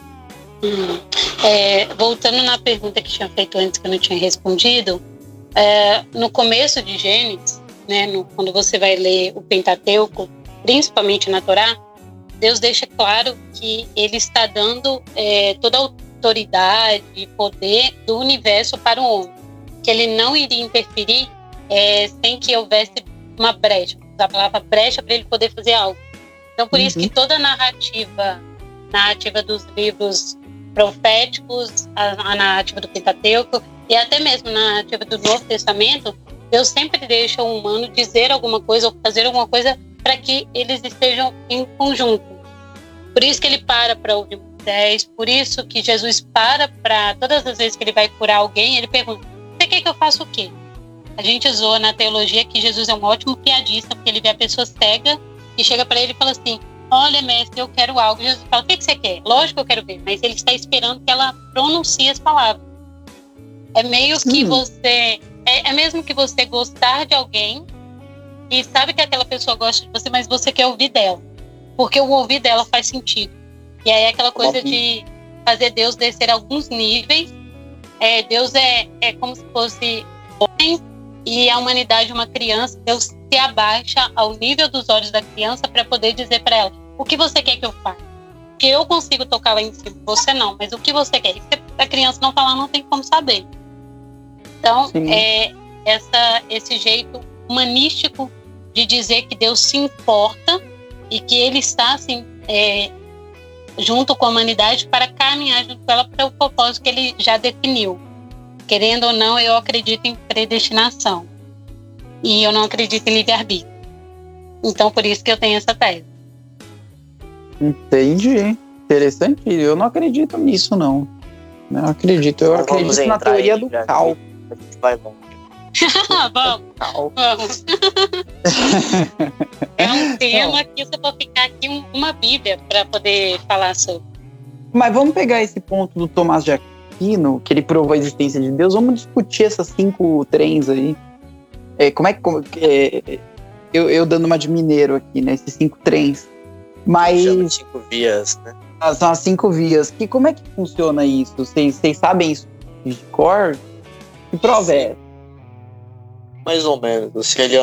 Hum. É, voltando na pergunta que tinha feito antes, que eu não tinha respondido, é, no começo de Gênesis, né, no, quando você vai ler o Pentateuco, principalmente na Torá, Deus deixa claro que ele está dando é, toda a autoridade e poder do universo para o homem, que ele não iria interferir é, sem que houvesse uma brecha, a palavra brecha para ele poder fazer algo. Então por uhum. isso que toda a narrativa, narrativa dos livros proféticos, a, a narrativa do Pentateuco e até mesmo na narrativa do Novo Testamento, Deus sempre deixa o humano dizer alguma coisa ou fazer alguma coisa para que eles estejam em conjunto. Por isso que ele para para ouvir Moisés, por isso que Jesus para para, todas as vezes que ele vai curar alguém, ele pergunta, você quer que eu faça o quê? A gente zoa na teologia que Jesus é um ótimo piadista, porque ele vê a pessoa cega e chega para ele e fala assim, olha, mestre, eu quero algo. Jesus fala, o que, que você quer? Lógico que eu quero ver, mas ele está esperando que ela pronuncie as palavras. É meio que hum. você... É, é mesmo que você gostar de alguém e sabe que aquela pessoa gosta de você, mas você quer ouvir dela. Porque o ouvir dela faz sentido. E aí é aquela coisa de fazer Deus descer alguns níveis. É, Deus é, é como se fosse homem e a humanidade uma criança. Deus se abaixa ao nível dos olhos da criança para poder dizer para ela, o que você quer que eu faça? Porque eu consigo tocar lá em cima, você não. Mas o que você quer? Se a criança não falar, não tem como saber. Então, é essa, esse jeito humanístico de dizer que Deus se importa e que Ele está assim, é, junto com a humanidade para caminhar junto com ela para o propósito que Ele já definiu. Querendo ou não, eu acredito em predestinação. E eu não acredito em livre-arbítrio. Então, por isso que eu tenho essa tese. Entendi. Interessante. Eu não acredito nisso, não. Não acredito. Eu Mas acredito na teoria do caos. A gente vai longe. vamos, vamos. É um tema Não. que você pode ficar aqui um, uma bíblia para poder falar sobre. Mas vamos pegar esse ponto do Tomás de Aquino, que ele provou a existência de Deus. Vamos discutir essas cinco trens aí. É, como é que... Como, é, eu, eu dando uma de mineiro aqui, né? Esses cinco trens. Mas... Chama de cinco vias, né? São as cinco vias. Que, como é que funciona isso? Vocês, vocês sabem isso de cor? Que prova é essa? Mais ou menos. Se ele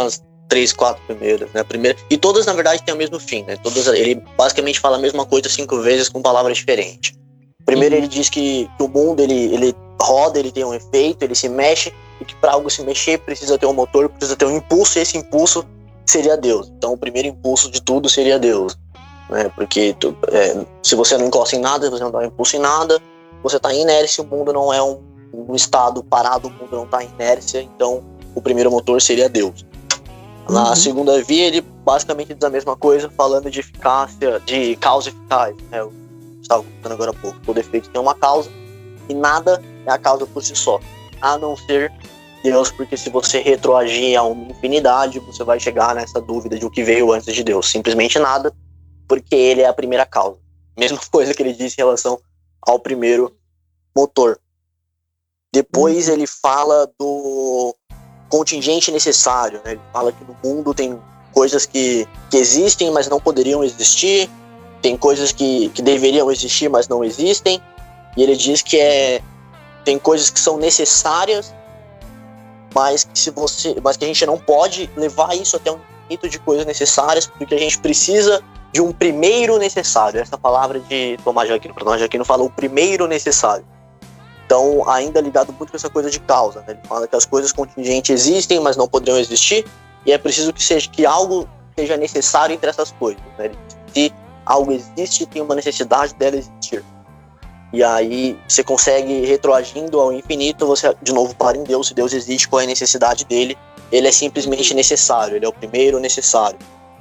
três, quatro primeiras, né? Primeira, e todas, na verdade, têm o mesmo fim, né? Todas, ele basicamente fala a mesma coisa cinco vezes com palavras diferentes. Primeiro, ele diz que, que o mundo, ele, ele roda, ele tem um efeito, ele se mexe, e que para algo se mexer precisa ter um motor, precisa ter um impulso, e esse impulso seria Deus. Então, o primeiro impulso de tudo seria Deus, né? Porque tu, é, se você não encosta em nada, você não dá um impulso em nada, você está em inércia, o mundo não é um, um estado parado, o mundo não está em inércia, então o primeiro motor seria Deus. Na uhum. segunda via, ele basicamente diz a mesma coisa, falando de eficácia, de causa eficaz, né? Eu estava contando agora há pouco, todo efeito tem uma causa, e nada é a causa por si só, a não ser Deus, porque se você retroagir a uma infinidade, você vai chegar nessa dúvida de o que veio antes de Deus. Simplesmente nada, porque ele é a primeira causa. Mesma coisa que ele disse em relação ao primeiro motor. Depois uhum. ele fala do contingente necessário, né? Ele fala que no mundo tem coisas que, que existem, mas não poderiam existir, tem coisas que, que deveriam existir, mas não existem, e ele diz que é, tem coisas que são necessárias, mas que, se você, mas que a gente não pode levar isso até um infinito de coisas necessárias, porque a gente precisa de um primeiro necessário. Essa palavra de Tomás de Aquino, Tomás de Aquino fala o primeiro necessário. Então, ainda ligado muito com essa coisa de causa, né? Ele fala que as coisas contingentes existem, mas não poderiam existir, e é preciso que, seja, que algo seja necessário entre essas coisas, né? Se algo existe, tem uma necessidade dela existir. E aí, você consegue, retroagindo ao infinito, você de novo para em Deus. Se Deus existe, qual é a necessidade dele? Ele é simplesmente necessário, ele é o primeiro necessário.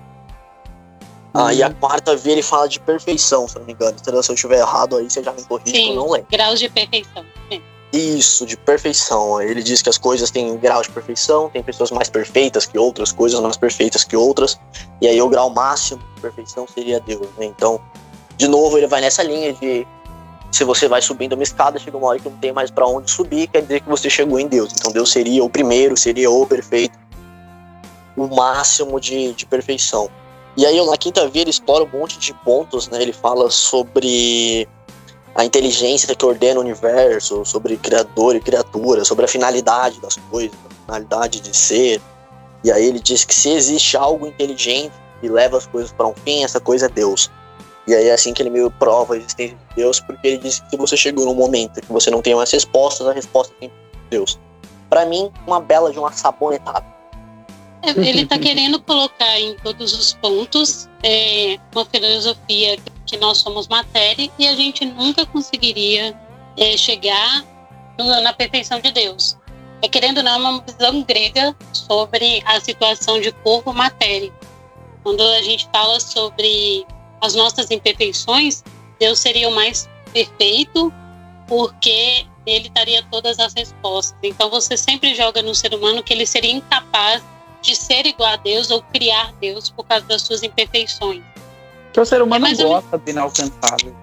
Uhum. Ah, e a quarta via, ele fala de perfeição, se não me engano. Se eu estiver errado aí, você já me corrige, Sim, eu não lembro. Graus de perfeição. Sim. Isso, de perfeição. Ele diz que as coisas têm graus de perfeição, tem pessoas mais perfeitas que outras, coisas mais perfeitas que outras, e aí o grau máximo de perfeição seria Deus, né? Então, de novo, ele vai nessa linha de se você vai subindo uma escada, chega uma hora que não tem mais para onde subir, quer dizer que você chegou em Deus. Então Deus seria o primeiro, seria o perfeito, o máximo de, de perfeição. E aí na quinta via ele explora um monte de pontos, né? Ele fala sobre a inteligência que ordena o universo, sobre criador e criatura, sobre a finalidade das coisas, a finalidade de ser. E aí ele diz que se existe algo inteligente que leva as coisas para um fim, essa coisa é Deus. E aí é assim que ele meio prova a existência de Deus, porque ele diz que se você chegou num momento que você não tem mais respostas, a resposta é Deus. Para mim, uma bela de uma sabonetada. Ele está querendo colocar em todos os pontos é, uma filosofia que nós somos matéria e a gente nunca conseguiria é, chegar no, na perfeição de Deus. É, querendo ou não, uma visão grega sobre a situação de corpo-matéria. Quando a gente fala sobre as nossas imperfeições, Deus seria o mais perfeito porque ele daria todas as respostas. Então você sempre joga no ser humano que ele seria incapaz de ser igual a Deus ou criar Deus por causa das suas imperfeições. Porque o ser humano é gosta do inalcançável.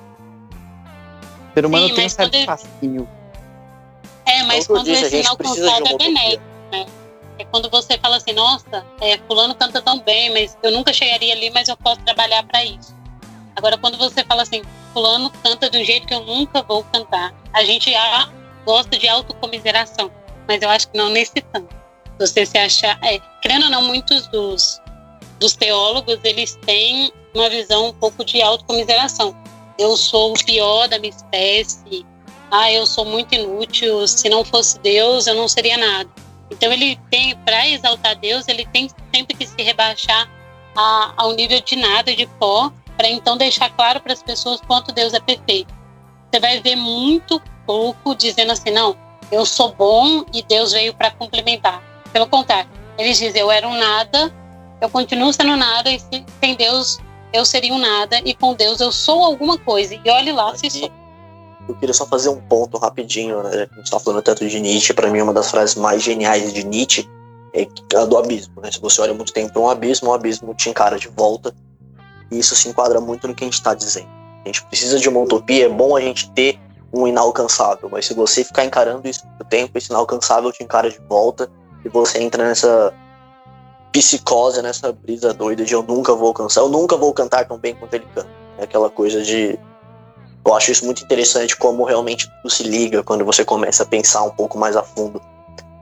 O ser humano Sim, tem um certo ele... fascínio. É, mas quando disse, esse inalcançável é benéfico, né? É quando você fala assim, nossa, é, fulano canta tão bem, mas eu nunca chegaria ali, mas eu posso trabalhar para isso. Agora, quando você fala assim, fulano canta de um jeito que eu nunca vou cantar, a gente já gosta de autocomiseração, mas eu acho que não nesse tanto. Você se achar, é, querendo ou não, muitos dos, dos teólogos, eles têm uma visão um pouco de autocomiseração. Eu sou o pior da minha espécie, ah, eu sou muito inútil, se não fosse Deus, eu não seria nada. Então ele tem, para exaltar Deus, ele tem sempre que se rebaixar a, ao nível de nada, de pó, para então deixar claro para as pessoas quanto Deus é perfeito. Você vai ver muito pouco dizendo assim, não, eu sou bom e Deus veio para complementar. Pelo contrário, eles dizem, eu era um nada, eu continuo sendo nada, e sem Deus eu seria um nada, e com Deus eu sou alguma coisa, e olhe lá Aqui, se sou. Eu queria só fazer um ponto rapidinho, né? A gente tá falando tanto de Nietzsche, para mim uma das frases mais geniais de Nietzsche é a do abismo, né? Se você olha muito tempo para um abismo, o abismo te encara de volta, e isso se enquadra muito no que a gente está dizendo. A gente precisa de uma utopia, é bom a gente ter um inalcançável, mas se você ficar encarando isso muito tempo, esse inalcançável te encara de volta, e você entra nessa psicose, nessa brisa doida de eu nunca vou alcançar, eu nunca vou cantar tão bem quanto ele canta. É aquela coisa de... Eu acho isso muito interessante, como realmente tudo se liga quando você começa a pensar um pouco mais a fundo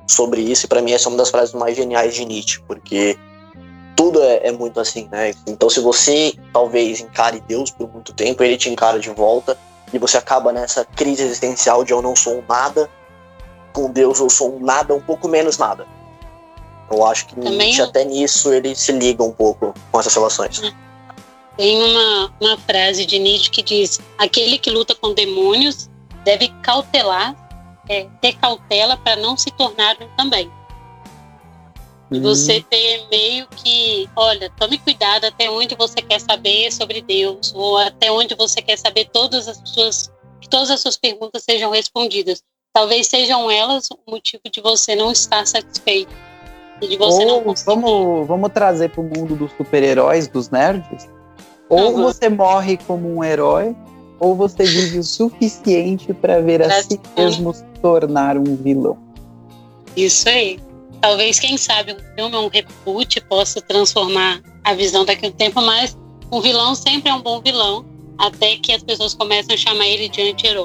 sobre isso, e pra mim essa é uma das frases mais geniais de Nietzsche, porque tudo é, é muito assim, né? Então se você talvez encare Deus por muito tempo, ele te encara de volta, e você acaba nessa crise existencial de eu não sou um nada, com Deus eu sou um nada, um pouco menos nada. Eu acho que Também Nietzsche, até nisso, ele se liga um pouco com essas relações. Tem uma, uma frase de Nietzsche que diz: aquele que luta com demônios deve cautelar, é, ter cautela para não se tornar um também. E Hum. você ter meio que, olha, tome cuidado até onde você quer saber sobre Deus, ou até onde você quer saber todas as suas, que todas as suas perguntas sejam respondidas. Talvez sejam elas o motivo de você não estar satisfeito. E de você não Ou conseguir. vamos, vamos trazer para o mundo dos super-heróis, dos nerds. Ou Uhum. você morre como um herói, ou você vive o suficiente para ver a Pra si se mesmo se tornar um vilão. Isso aí. Talvez, quem sabe, um filme ou um reboot possa transformar a visão daqui a um tempo, mas um vilão sempre é um bom vilão, até que as pessoas começam a chamar ele de anti-herói.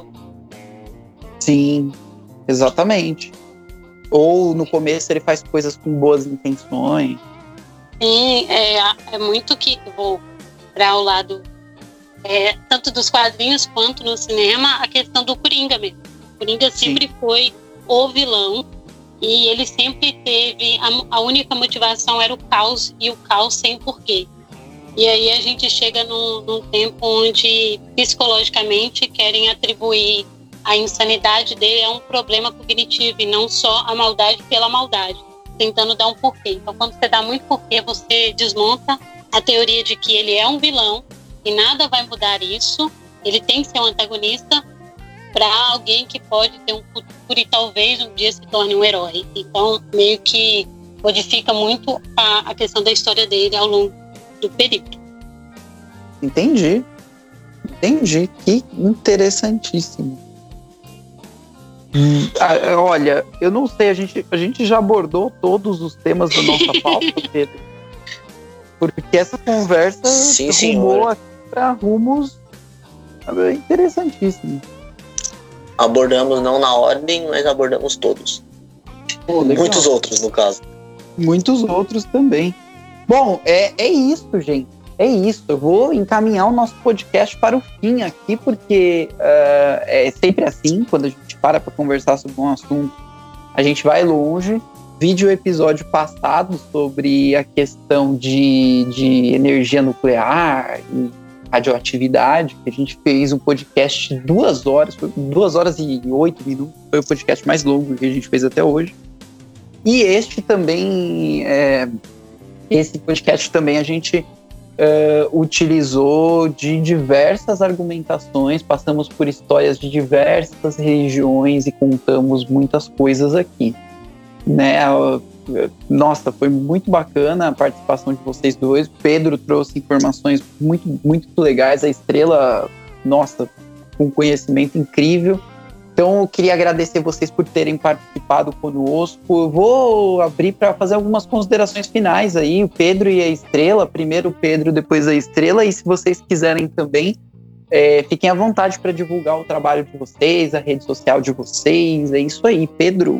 Sim, exatamente. Ou no começo ele faz coisas com boas intenções. Sim, é, é muito que eu vou para o lado é, tanto dos quadrinhos quanto no cinema, a questão do Coringa mesmo. O Coringa sempre foi o vilão e ele sempre teve, a, a única motivação era o caos, e o caos sem porquê. E aí a gente chega num, num tempo onde psicologicamente querem atribuir a insanidade dele a um problema cognitivo e não só a maldade pela maldade, tentando dar um porquê. Então, quando você dá muito porquê, você desmonta a teoria de que ele é um vilão e nada vai mudar isso. Ele tem que ser um antagonista para alguém que pode ter um futuro e talvez um dia se torne um herói. Então, meio que modifica muito a, a questão da história dele ao longo do período. Entendi. Entendi. Que interessantíssimo. Hum, ah, olha, eu não sei, a gente, a gente já abordou todos os temas da nossa pauta, Pedro. Porque essa conversa Sim, rumou aqui para rumos interessantíssimos. Abordamos não na ordem, mas abordamos todos. Pô, legal. Muitos outros, no caso. Muitos outros também. Bom, é, é isso, gente. É isso. Eu vou encaminhar o nosso podcast para o fim aqui, porque uh, é sempre assim, quando a gente para para conversar sobre um assunto, a gente vai longe. Vídeo episódio passado sobre a questão de, de energia nuclear e radioatividade, que a gente fez um podcast de duas horas, foi duas horas e oito minutos, foi o podcast mais longo que a gente fez até hoje. E este também, é, esse podcast também a gente uh, utilizou de diversas argumentações, passamos por histórias de diversas religiões e contamos muitas coisas aqui, né? Nossa, foi muito bacana a participação de vocês dois. Pedro trouxe informações muito, muito legais. A Estrela, nossa, com conhecimento incrível. Então, eu queria agradecer vocês por terem participado conosco. Eu vou abrir para fazer algumas considerações finais aí. O Pedro e a Estrela. Primeiro o Pedro, depois a Estrela. E se vocês quiserem também, é, fiquem à vontade para divulgar o trabalho de vocês, a rede social de vocês. É isso aí, Pedro.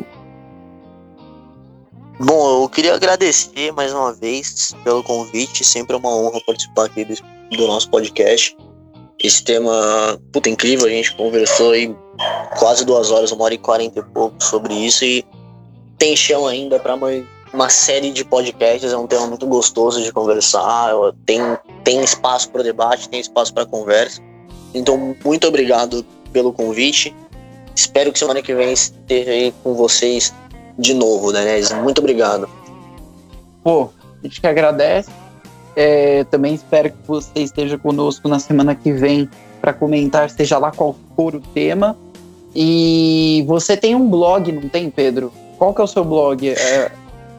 Bom, eu queria agradecer mais uma vez pelo convite, sempre é uma honra participar aqui do, do nosso podcast. Esse tema, puta, incrível, a gente conversou aí quase duas horas, uma hora e quarenta e pouco sobre isso, e tem chão ainda para uma, uma série de podcasts. É um tema muito gostoso de conversar, tem, tem espaço para debate, tem espaço para conversa. Então, muito obrigado pelo convite, espero que semana que vem esteja aí com vocês de novo, né? Muito obrigado. Pô, a gente que agradece. É, também espero que você esteja conosco na semana que vem para comentar, seja lá qual for o tema. E você tem um blog, não tem, Pedro? Qual que é o seu blog? É...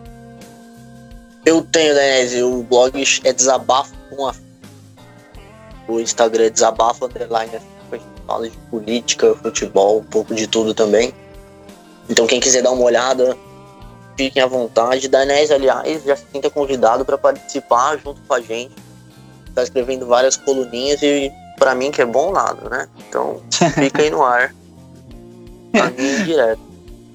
Eu tenho, né? O blog é Desabafo com a... O Instagram é Desabafo Underline. A gente fala de política, futebol, um pouco de tudo também. Então, quem quiser dar uma olhada, fiquem à vontade. Danés, aliás, já se sinta convidado para participar junto com a gente. Está escrevendo várias coluninhas e, para mim, que é bom nada, né? Então, fica aí no ar. Pra mim, direto.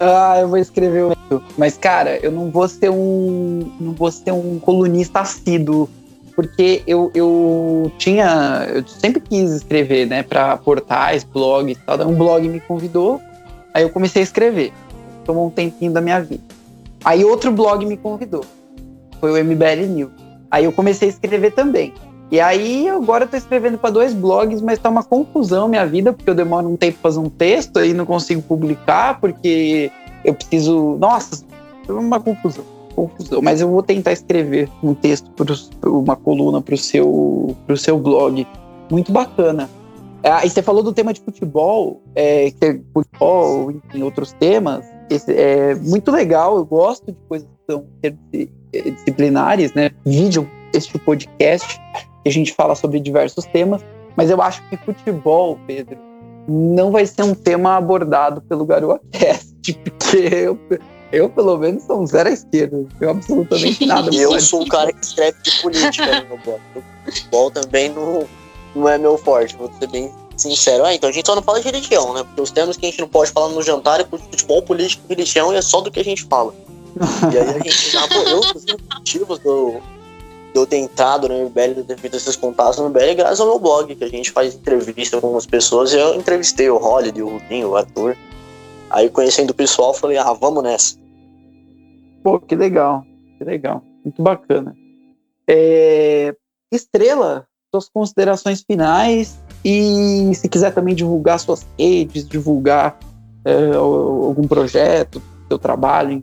Ah, eu vou escrever o... Mas, cara, eu não vou ser um... Não vou ser um colunista assíduo. Porque eu, eu tinha... Eu sempre quis escrever, né? Pra portais, blogs e tal. Daí um blog me convidou. Aí eu comecei a escrever. Tomou um tempinho da minha vida. Aí outro blog me convidou. Foi o M B L News. Aí eu comecei a escrever também. E aí agora eu tô escrevendo para dois blogs, mas tá uma confusão minha vida, porque eu demoro um tempo pra fazer um texto, aí não consigo publicar, porque eu preciso... Nossa, é uma confusão. confusão. Mas eu vou tentar escrever um texto, pro, uma coluna pro seu, pro seu blog. Muito bacana. Ah, e você falou do tema de futebol, é, que é futebol, enfim, outros temas. Esse, é muito legal, eu gosto de coisas que são interdisciplinares, né? Vídeo, este podcast, que a gente fala sobre diversos temas, mas eu acho que futebol, Pedro, não vai ser um tema abordado pelo GaroaCast, porque eu, eu, pelo menos, sou um zero à esquerda, não tenho absolutamente nada. E eu sou um cara que escreve de política no meu blog. Futebol também não, não é meu forte, vou ser bem sincero. Ah, então a gente só não fala de religião, né? Porque os temas que a gente não pode falar no jantar é futebol, política e religião, e é só do que a gente fala. E aí a gente já, pô, eu, os motivos do... de eu ter entrado no M B L, de ter feito esses contatos no M B L, graças ao meu blog, que a gente faz entrevista com algumas pessoas, e eu entrevistei o Holiday, o Rubinho, o ator. Aí, conhecendo o pessoal, falei, ah, vamos nessa. Pô, que legal, que legal, muito bacana. É... Estrela, suas considerações finais, e se quiser também divulgar suas redes, divulgar é, algum projeto, seu trabalho.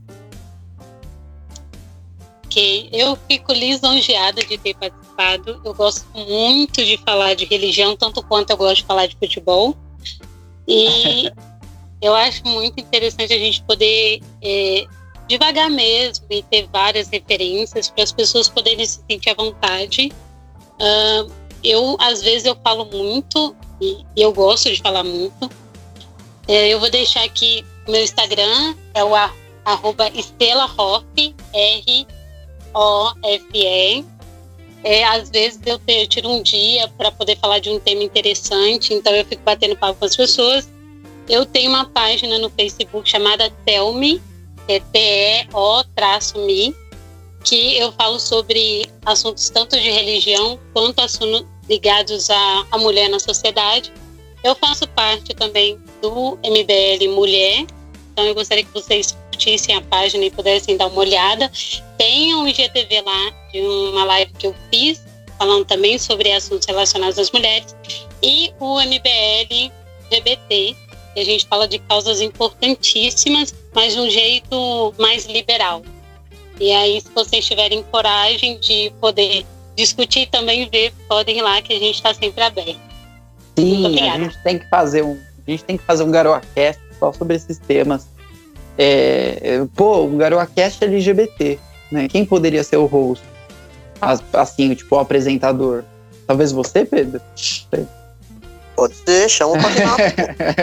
Ok, eu fico lisonjeada de ter participado. Eu gosto muito de falar de religião, tanto quanto eu gosto de falar de futebol. E eu acho muito interessante a gente poder é, devagar mesmo e ter várias referências para as pessoas poderem se sentir à vontade. Uh, eu, às vezes, eu falo muito e, e eu gosto de falar muito. É, eu vou deixar aqui o meu Instagram, é o a, arroba Estela Hoff, R O F E. É, às vezes eu, te, eu tiro um dia para poder falar de um tema interessante, então eu fico batendo papo com as pessoas. Eu tenho uma página no Facebook chamada Telme, é T E O-me, que eu falo sobre assuntos tanto de religião quanto assuntos ligados à, à mulher na sociedade. Eu faço parte também do M B L Mulher, então eu gostaria que vocês curtissem a página e pudessem dar uma olhada. Tem um I G T V lá, de uma live que eu fiz, falando também sobre assuntos relacionados às mulheres, e o M B L L G B T, que a gente fala de causas importantíssimas, mas de um jeito mais liberal. E aí, se vocês tiverem coragem de poder discutir também, ver, podem ir lá, que a gente está sempre aberto. Sim, a gente tem que fazer um, a gente tem que fazer um GaroaCast só sobre esses temas. É, pô, um GaroaCast L G B T, né? Quem poderia ser o host? Assim, tipo, o apresentador. Talvez você, Pedro? Pode ser, chama pra Renato.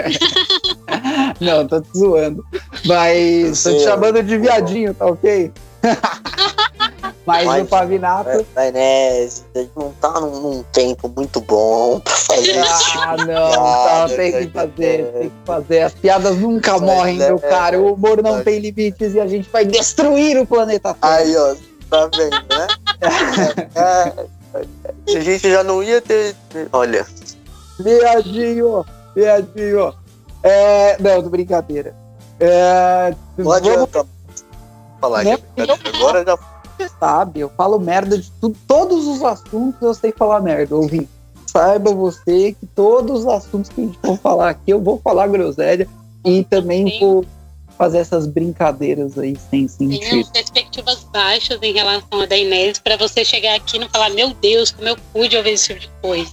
Não, tô te zoando. Mas tô te chamando de viadinho, tá ok? Mas, Mas o Pavinato... Vai, né? A gente não tá num, num tempo muito bom pra fazer isso. Ah, não, tá, tem que fazer, tem que fazer. As piadas nunca Mas morrem, é, meu cara. O humor não é. tem limites e a gente vai destruir o planeta Terra. Aí, ó, tá vendo, né? é, é, a gente já não ia ter... Olha... Viadinho, viadinho. É, não, de brincadeira. É, não adianta falar né? que agora já... Você sabe, eu falo merda de tudo, todos os assuntos eu sei falar merda, ouvinte. Saiba você que todos os assuntos que a gente for falar aqui, eu vou falar groselha e também Sim. vou fazer essas brincadeiras aí sem sentido. Tem perspectivas baixas em relação a da Inês, pra você chegar aqui e não falar, meu Deus, como eu pude ouvir esse tipo de coisa.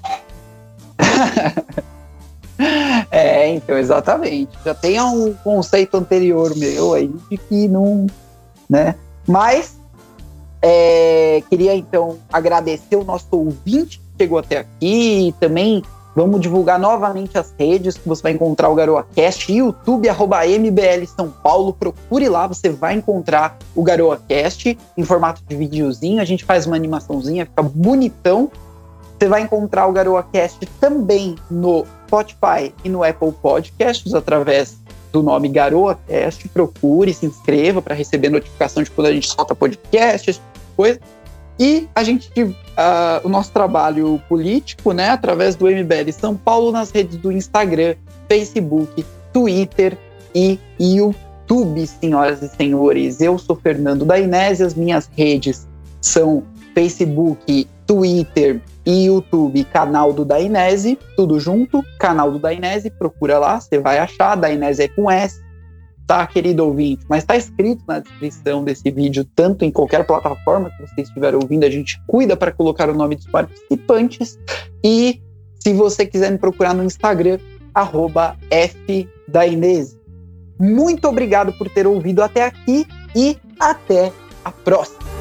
É, então, exatamente. Já tem um conceito anterior meu aí de que não, né? Mas é, queria então agradecer o nosso ouvinte que chegou até aqui e também vamos divulgar novamente as redes que você vai encontrar o GaroaCast, YouTube, arroba M B L São Paulo, procure lá, você vai encontrar o GaroaCast em formato de videozinho, a gente faz uma animaçãozinha, fica bonitão. Você vai encontrar o GaroaCast também no Spotify e no Apple Podcasts, através do nome GaroaCast, procure, se inscreva para receber notificação de quando a gente solta podcast, esse tipo de coisa. E a gente, uh, o nosso trabalho político, né, através do M B L São Paulo nas redes do Instagram, Facebook, Twitter e YouTube, senhoras e senhores. Eu sou Fernando Dainese, as minhas redes são Facebook, Twitter e YouTube, canal do Dainese, tudo junto, canal do Dainese, procura lá, você vai achar, Dainese é com S, tá, querido ouvinte? Mas tá escrito na descrição desse vídeo, tanto em qualquer plataforma que você estiver ouvindo, a gente cuida para colocar o nome dos participantes. E se você quiser me procurar no Instagram, arroba fdainese. Muito obrigado por ter ouvido até aqui e até a próxima!